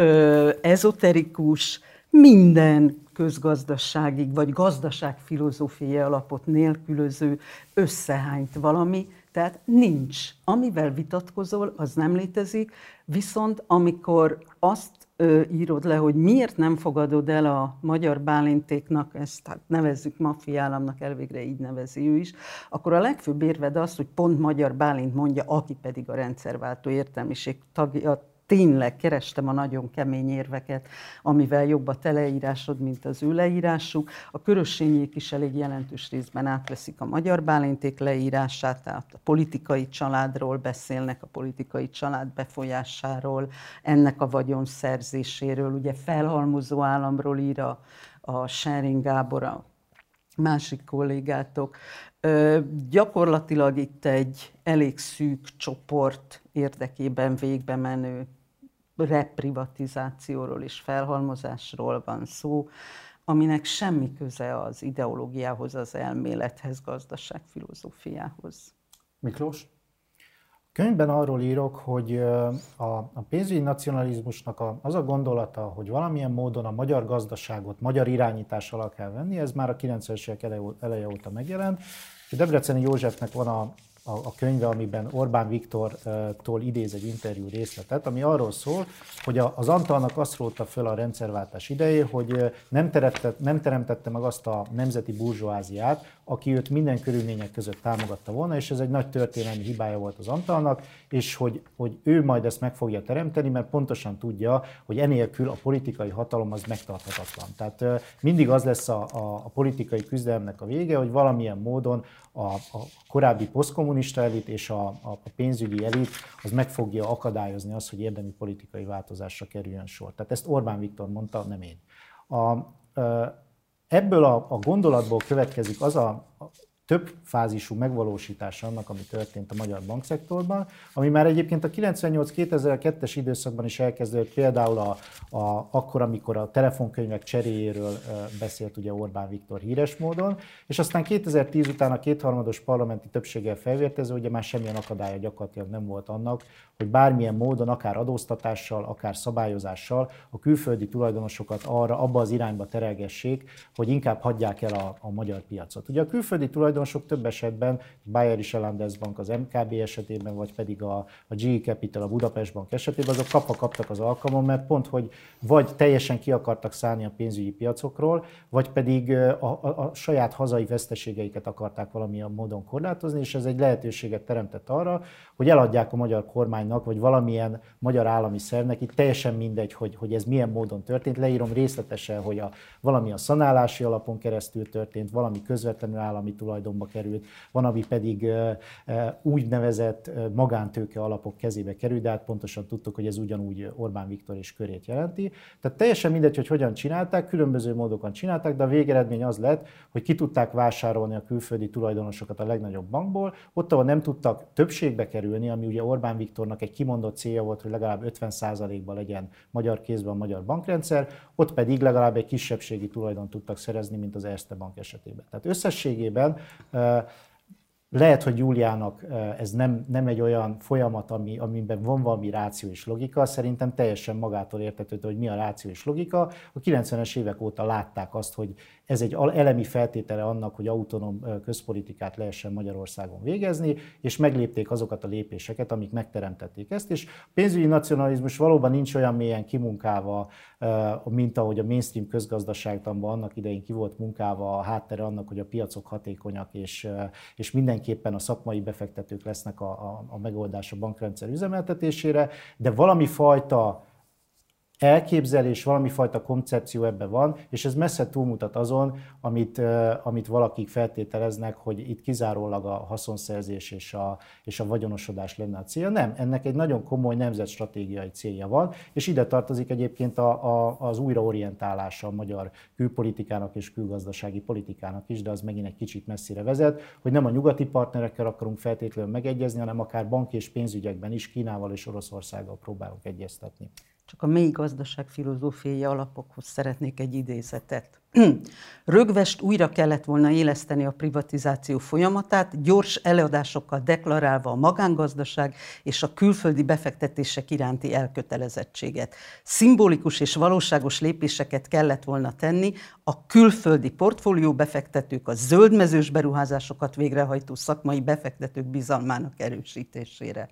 ezoterikus, minden közgazdaságig vagy gazdaságfilozófiai alapot nélkülöző összehányt valami, tehát nincs. Amivel vitatkozol, az nem létezik, viszont amikor azt ö, írod le, hogy miért nem fogadod el a Magyar Bálintéknak, ezt hát nevezzük maffiállamnak, elvégre így nevezi ő is, akkor a legfőbb érved az, hogy pont Magyar Bálint mondja, aki pedig a rendszerváltó értelmiség tagja. Tényleg kerestem a nagyon kemény érveket, amivel jobb a te leírásod, mint az ő leírásuk. A Körösényék is elég jelentős részben átveszik a Magyar Bálinték leírását, tehát a politikai családról beszélnek, a politikai család befolyásáról, ennek a vagyonszerzéséről, ugye felhalmozó államról ír a, a Schering Gábor, a másik kollégátok. Ö, gyakorlatilag itt egy elég szűk csoport érdekében végbe menő reprivatizációról és felhalmozásról van szó, aminek semmi köze az ideológiához, az elmélethez, gazdaságfilozófiához. Miklós? A könyvben arról írok, hogy a, a pénzügyi nacionalizmusnak a, az a gondolata, hogy valamilyen módon a magyar gazdaságot magyar irányítás alá kell venni, ez már a kilencvenes évek eleje óta megjelent. Debreceni Józsefnek van a, a, a könyve, amiben Orbán Viktortól idéz egy interjú részletet, ami arról szól, hogy a, az Antalnak azt rótta föl a rendszerváltás idején, hogy nem teremtette, nem teremtette meg azt a nemzeti burzsóáziát, aki őt minden körülmények között támogatta volna, és ez egy nagy történelmi hibája volt az Antalnak, és hogy, hogy ő majd ezt meg fogja teremteni, mert pontosan tudja, hogy enélkül a politikai hatalom az megtarthatatlan. Tehát mindig az lesz a, a, a politikai küzdelemnek a vége, hogy valamilyen módon a, a korábbi posztkommunista elit és a, a pénzügyi elit az meg fogja akadályozni azt, hogy érdemi politikai változásra kerüljön sor. Tehát ezt Orbán Viktor mondta, nem én. A, Ebből a, a gondolatból következik az a, a több fázisú megvalósítása annak, ami történt a magyar bankszektorban, ami már egyébként a kilencvennyolc kétezer-kettes időszakban is elkezdődött, például a, a, akkor, amikor a telefonkönyvek cseréjéről beszélt ugye Orbán Viktor híres módon, és aztán kétezer-tíz után a kétharmados parlamenti többséggel felvértező, ugye már semmilyen akadálya gyakorlatilag nem volt annak, hogy bármilyen módon, akár adóztatással, akár szabályozással a külföldi tulajdonosokat arra, abba az irányba terelgessék, hogy inkább hagyják el a, a magyar piacot. Ugye a külföldi tulajdonosok több esetben, Bayerische Landesbank az em ká bé esetében, vagy pedig a, a gé é Capital a Budapest Bank esetében, azok kapva kaptak az alkalmon, mert pont, hogy vagy teljesen ki akartak szállni a pénzügyi piacokról, vagy pedig a, a, a saját hazai veszteségeiket akarták valamilyen módon korlátozni, és ez egy lehetőséget teremtett arra, hogy eladják a magyar kormánynak, vagy valamilyen magyar állami szervnek, itt teljesen mindegy, hogy, hogy ez milyen módon történt, leírom részletesen, hogy a, valami a szanálási alapon keresztül történt, valami közvetlenül állami tulajdonba került, van, ami pedig e, e, úgynevezett magántőke alapok kezébe került, de hát pontosan tudtuk, hogy ez ugyanúgy Orbán Viktor és körét jelenti. Tehát teljesen mindegy, hogy hogyan csinálták, különböző módokon csinálták, de a végeredmény az lett, hogy ki tudták vásárolni a külföldi tulajdonosokat a legnagyobb bankból, ott, ahol nem tudtak többségbe kerülni, ami ugye Orbán Viktornak egy kimondott célja volt, hogy legalább ötven százalékban legyen magyar kézben a magyar bankrendszer, ott pedig legalább egy kisebbségi tulajdon tudtak szerezni, mint az Erste Bank esetében. Tehát összességében lehet, hogy Júliának ez nem, nem egy olyan folyamat, ami, amiben van valami ráció és logika, szerintem teljesen magától értetődő, hogy mi a ráció és logika. A kilencvenes évek óta látták azt, hogy ez egy elemi feltétele annak, hogy autonóm közpolitikát lehessen Magyarországon végezni, és meglépték azokat a lépéseket, amik megteremtették ezt, és a pénzügyi nacionalizmus valóban nincs olyan mélyen kimunkálva, mint ahogy a mainstream közgazdaságtanban annak idején ki volt munkálva a háttere annak, hogy a piacok hatékonyak, és, és mindenképpen a szakmai befektetők lesznek a, a, a megoldás a bankrendszer üzemeltetésére, de valami fajta elképzelés, valami fajta koncepció ebben van, és ez messze túlmutat azon, amit, amit valakik feltételeznek, hogy itt kizárólag a haszonszerzés és a, és a vagyonosodás lenne a célja. Nem, ennek egy nagyon komoly nemzetstratégiai célja van, és ide tartozik egyébként a, a, az újraorientálása a magyar külpolitikának és külgazdasági politikának is, de az megint egy kicsit messzire vezet, hogy nem a nyugati partnerekkel akarunk feltétlenül megegyezni, hanem akár bank és pénzügyekben is Kínával és Oroszországgal próbálunk egyeztetni. Csak a mély gazdaságfilozófiai alapokhoz szeretnék egy idézetet. Rögvest újra kellett volna éleszteni a privatizáció folyamatát, gyors eladásokkal deklarálva a magángazdaság és a külföldi befektetések iránti elkötelezettséget. Szimbolikus és valóságos lépéseket kellett volna tenni a külföldi portfólió befektetők, a zöldmezős beruházásokat végrehajtó szakmai befektetők bizalmának erősítésére.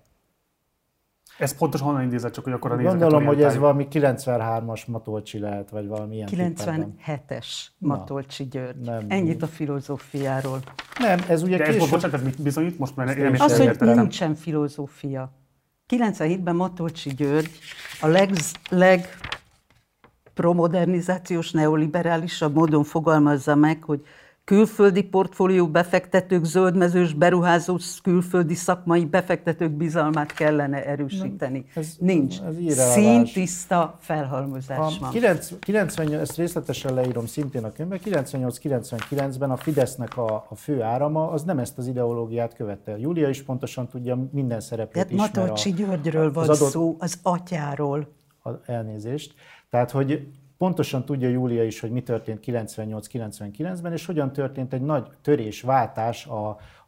Ez pontosan honnan idézett, csak hogy akkor a nézőket Gondolom, hogy ez valami kilencvenhármas Matolcsi lehet, vagy valami ilyen kilencvenhetes Matolcsi György. Nem. Ennyit a filozófiáról. Nem, ez ugye De később... ez, bocsánat, ez mit bizonyít? Most már nem is az, hogy értelem. Nincsen filozófia. kilencvenhétben Matolcsi György a leg, leg promodernizációs, neoliberálisabb módon fogalmazza meg, hogy külföldi portfólió befektetők, zöldmezős beruházó, külföldi szakmai befektetők bizalmát kellene erősíteni. Ez, Nincs. Ez színtiszta felhalmozás van. kilencvennyolc, ezt részletesen leírom szintén a könyvben, kilencvennyolc kilencvenkilencben a Fidesznek a, a fő árama az nem ezt az ideológiát követte. Júlia is pontosan tudja, minden szereplőt ismer. Matolcsi Györgyről van adott, szó, az atyáról. Elnézést. Tehát, hogy pontosan tudja Júlia is, hogy mi történt kilencvennyolc kilencvenkilencben, és hogyan történt egy nagy törés, váltás a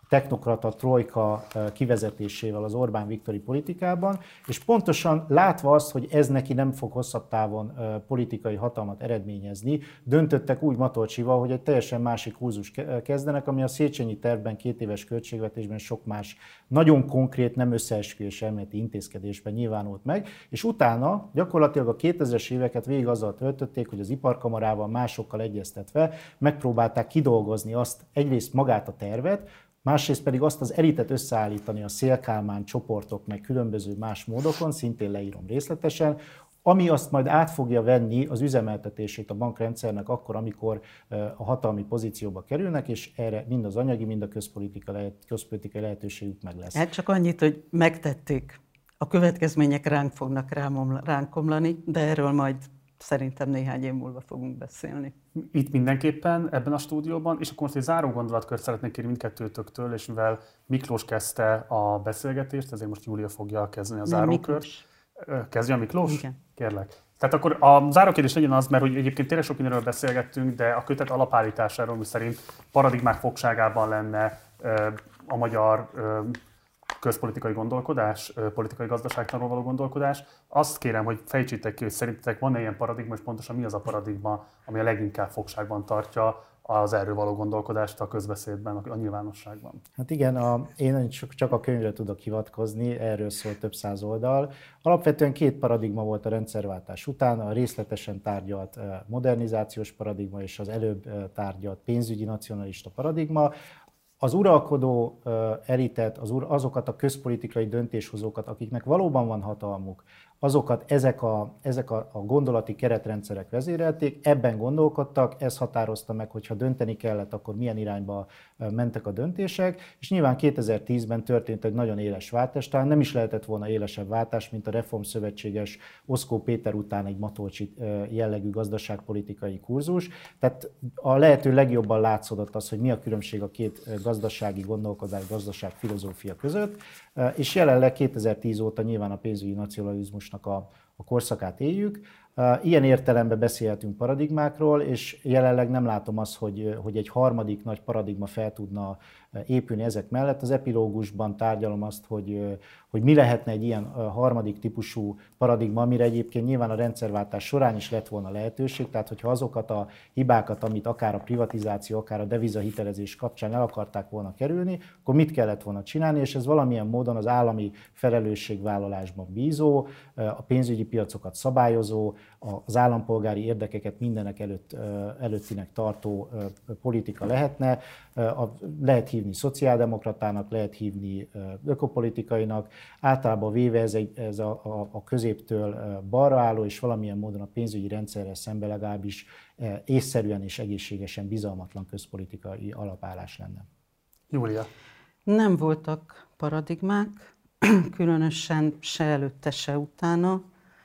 technokrata trojka kivezetésével az Orbán Viktori politikában, és pontosan látva azt, hogy ez neki nem fog hosszabb távon politikai hatalmat eredményezni, döntöttek úgy Matolcsival, hogy egy teljesen másik kurzus kezdenek, ami a Széchenyi tervben, két éves költségvetésben sok más nagyon konkrét, nem összeesküvés elméleti intézkedésben nyilvánult meg, és utána gyakorlatilag a kétezres éveket végig azzal töltötték, hogy az iparkamarával, másokkal egyeztetve megpróbálták kidolgozni azt, egyrészt magát a tervet, másrészt pedig azt az elitet összeállítani a Szél-Kálmán csoportok, meg különböző más módokon, szintén leírom részletesen, ami azt majd át fogja venni az üzemeltetését a bankrendszernek akkor, amikor a hatalmi pozícióba kerülnek, és erre mind az anyagi, mind a közpolitika lehet, közpolitikai lehetőségük meg lesz. Hát csak annyit, hogy megtették. A következmények ránk fognak ránk omlani, de erről majd szerintem néhány év múlva fogunk beszélni. Itt mindenképpen ebben a stúdióban, és akkor most egy záró gondolatkört szeretnék kérni mindkettőtöktől, és mivel Miklós kezdte a beszélgetést, ezért most Júlia fogja kezdeni a zárókört. Kezdje a Miklós? Igen. Kérlek. Tehát akkor a zárókérdés legyen az, mert hogy egyébként tényleg sok mindenről beszélgettünk, de a kötet alapállításáról, mi szerint paradigmák fogságában lenne a magyar közpolitikai gondolkodás, politikai gazdaságtanról való gondolkodás. Azt kérem, hogy fejtsétek ki, hogy szerintetek van-e ilyen paradigma, és pontosan mi az a paradigma, ami a leginkább fogságban tartja az erről való gondolkodást a közbeszédben, a nyilvánosságban. Hát igen, a, én csak a könyvre tudok hivatkozni, erről szól több száz oldal. Alapvetően két paradigma volt a rendszerváltás után, a részletesen tárgyalt modernizációs paradigma és az előbb tárgyalt pénzügyi nacionalista paradigma. Az uralkodó elitet, az ur, azokat a közpolitikai döntéshozókat, akiknek valóban van hatalmuk, azokat ezek a, ezek a, a gondolati keretrendszerek vezérelték, ebben gondolkodtak, ez határozta meg, hogy ha dönteni kellett, akkor milyen irányba mentek a döntések, és nyilván kétezer-tízben történt egy nagyon éles váltás, talán nem is lehetett volna élesebb váltás, mint a reformszövetséges Oszkó Péter után egy Matolcsi jellegű gazdaságpolitikai kurzus. Tehát a lehető legjobban látszódott az, hogy mi a különbség a két gazdasági gondolkodás, gazdaságfilozófia között, és jelenleg kétezer-tíz óta nyilván a pénzügyi nacionalizmusnak a, a korszakát éljük. Ilyen értelemben beszélhetünk paradigmákról, és jelenleg nem látom azt, hogy, hogy egy harmadik nagy paradigma fel tudna épülni ezek mellett. Az epilógusban tárgyalom azt, hogy, hogy mi lehetne egy ilyen harmadik típusú paradigma, amire egyébként nyilván a rendszerváltás során is lett volna lehetőség, tehát hogyha azokat a hibákat, amit akár a privatizáció, akár a devizahitelezés kapcsán el akarták volna kerülni, akkor mit kellett volna csinálni, és ez valamilyen módon az állami felelősségvállalásban bízó, a pénzügyi piacokat szabályozó, az állampolgári érdekeket mindenek előtt, előttinek tartó politika lehetne. Lehet hívni szociáldemokratának, lehet hívni ökopolitikainak. Általában véve ez, egy, ez a, a, a középtől balra álló, és valamilyen módon a pénzügyi rendszerrel szemben legalábbis észszerűen és egészségesen bizalmatlan közpolitikai alapállás lenne. Júlia. Nem voltak paradigmák, különösen se előtte, se utána.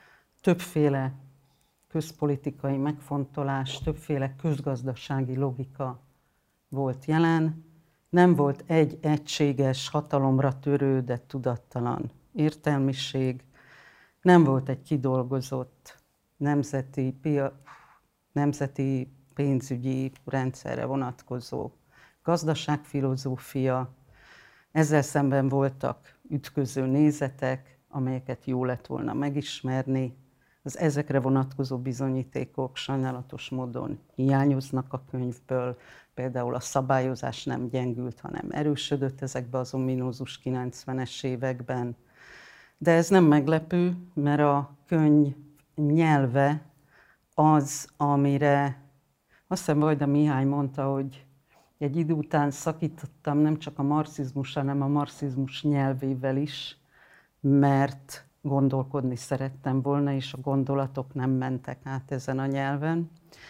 Többféle közpolitikai megfontolás, többféle közgazdasági logika volt jelen. Nem volt egy egységes, hatalomra törő, de tudattalan értelmiség. Nem volt egy kidolgozott nemzeti, pia, nemzeti pénzügyi rendszerre vonatkozó gazdaságfilozófia. Ezzel szemben voltak ütköző nézetek, amelyeket jó lett volna megismerni. Az ezekre vonatkozó bizonyítékok sajnálatos módon hiányoznak a könyvből. Például a szabályozás nem gyengült, hanem erősödött ezekben az ominózus kilencvenes években. De ez nem meglepő, mert a könyv nyelve az, amire azt hiszem Vajda Mihály mondta, hogy egy idő után szakítottam nem csak a marxizmus, hanem a marxizmus nyelvével is, mert gondolkodni szerettem volna, és a gondolatok nem mentek át ezen a nyelven.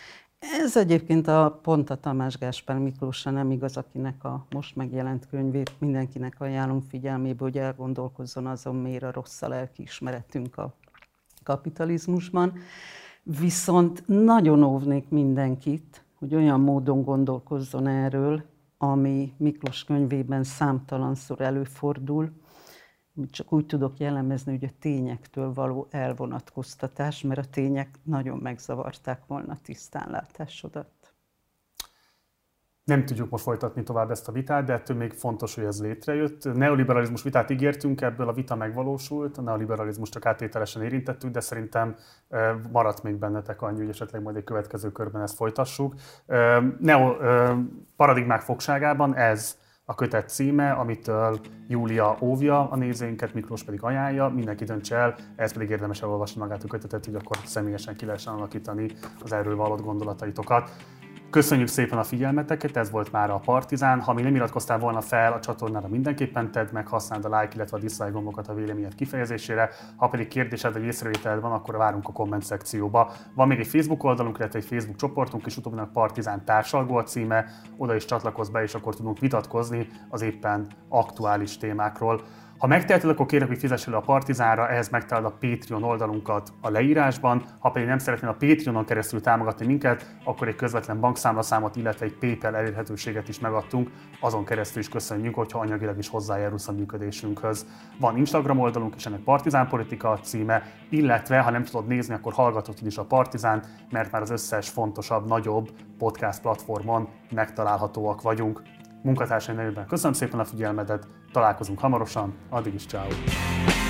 Ez egyébként a pont a Tamás Gáspár Miklósra nem igaz, akinek a most megjelent könyvét mindenkinek ajánlom figyelmébe, hogy elgondolkozzon azon, miért a rossz a lelkiismeretünk a kapitalizmusban. Viszont nagyon óvnék mindenkit, hogy olyan módon gondolkozzon erről, ami Miklós könyvében számtalanszor előfordul, csak úgy tudok jellemezni, hogy a tényektől való elvonatkoztatás, mert a tények nagyon megzavarták volna tisztánlátásodat. Nem tudjuk most folytatni tovább ezt a vitát, de ettől még fontos, hogy ez létrejött. Neoliberalizmus vitát ígértünk, ebből a vita megvalósult, a neoliberalizmus csak áttételesen érintettük, de szerintem maradt még bennetek annyi, hogy esetleg majd egy következő körben ezt folytassuk. Neo paradigmák fogságában ez a kötet címe, amitől Júlia óvja a nézőinket, Miklós pedig ajánlja, mindenki döntse el, ez pedig érdemes elolvasni magát a kötetet, hogy akkor személyesen ki lehessen alakítani az erről vallott gondolataitokat. Köszönjük szépen a figyelmeteket, ez volt már a Partizán. Ha még nem iratkoztál volna fel a csatornára, mindenképpen tedd meg, használd a like, illetve a dislike gombokat a véleményed kifejezésére. Ha pedig kérdésed vagy észrevételed van, akkor várunk a komment szekcióba. Van még egy Facebook oldalunk, illetve egy Facebook csoportunk, és utóbbinak Partizán társalgó a címe. Oda is csatlakozz be, és akkor tudunk vitatkozni az éppen aktuális témákról. Ha megteheted, akkor kérlek, hogy fizess elő a Partizánra, ehhez megtalálod a Patreon oldalunkat a leírásban. Ha pedig nem szeretnél a Patreonon keresztül támogatni minket, akkor egy közvetlen bankszámlaszámot, illetve egy PayPal elérhetőséget is megadtunk. Azon keresztül is köszönjük, hogyha anyagilag is hozzájárulsz a működésünkhöz. Van Instagram oldalunk is, ennek Partizán Politika a címe, illetve ha nem tudod nézni, akkor hallgathatod is a Partizánt, mert már az összes fontosabb, nagyobb podcast platformon megtalálhatóak vagyunk. Munkatársaim nevében köszönöm szépen a figyelmedet, találkozunk hamarosan, addig is ciao.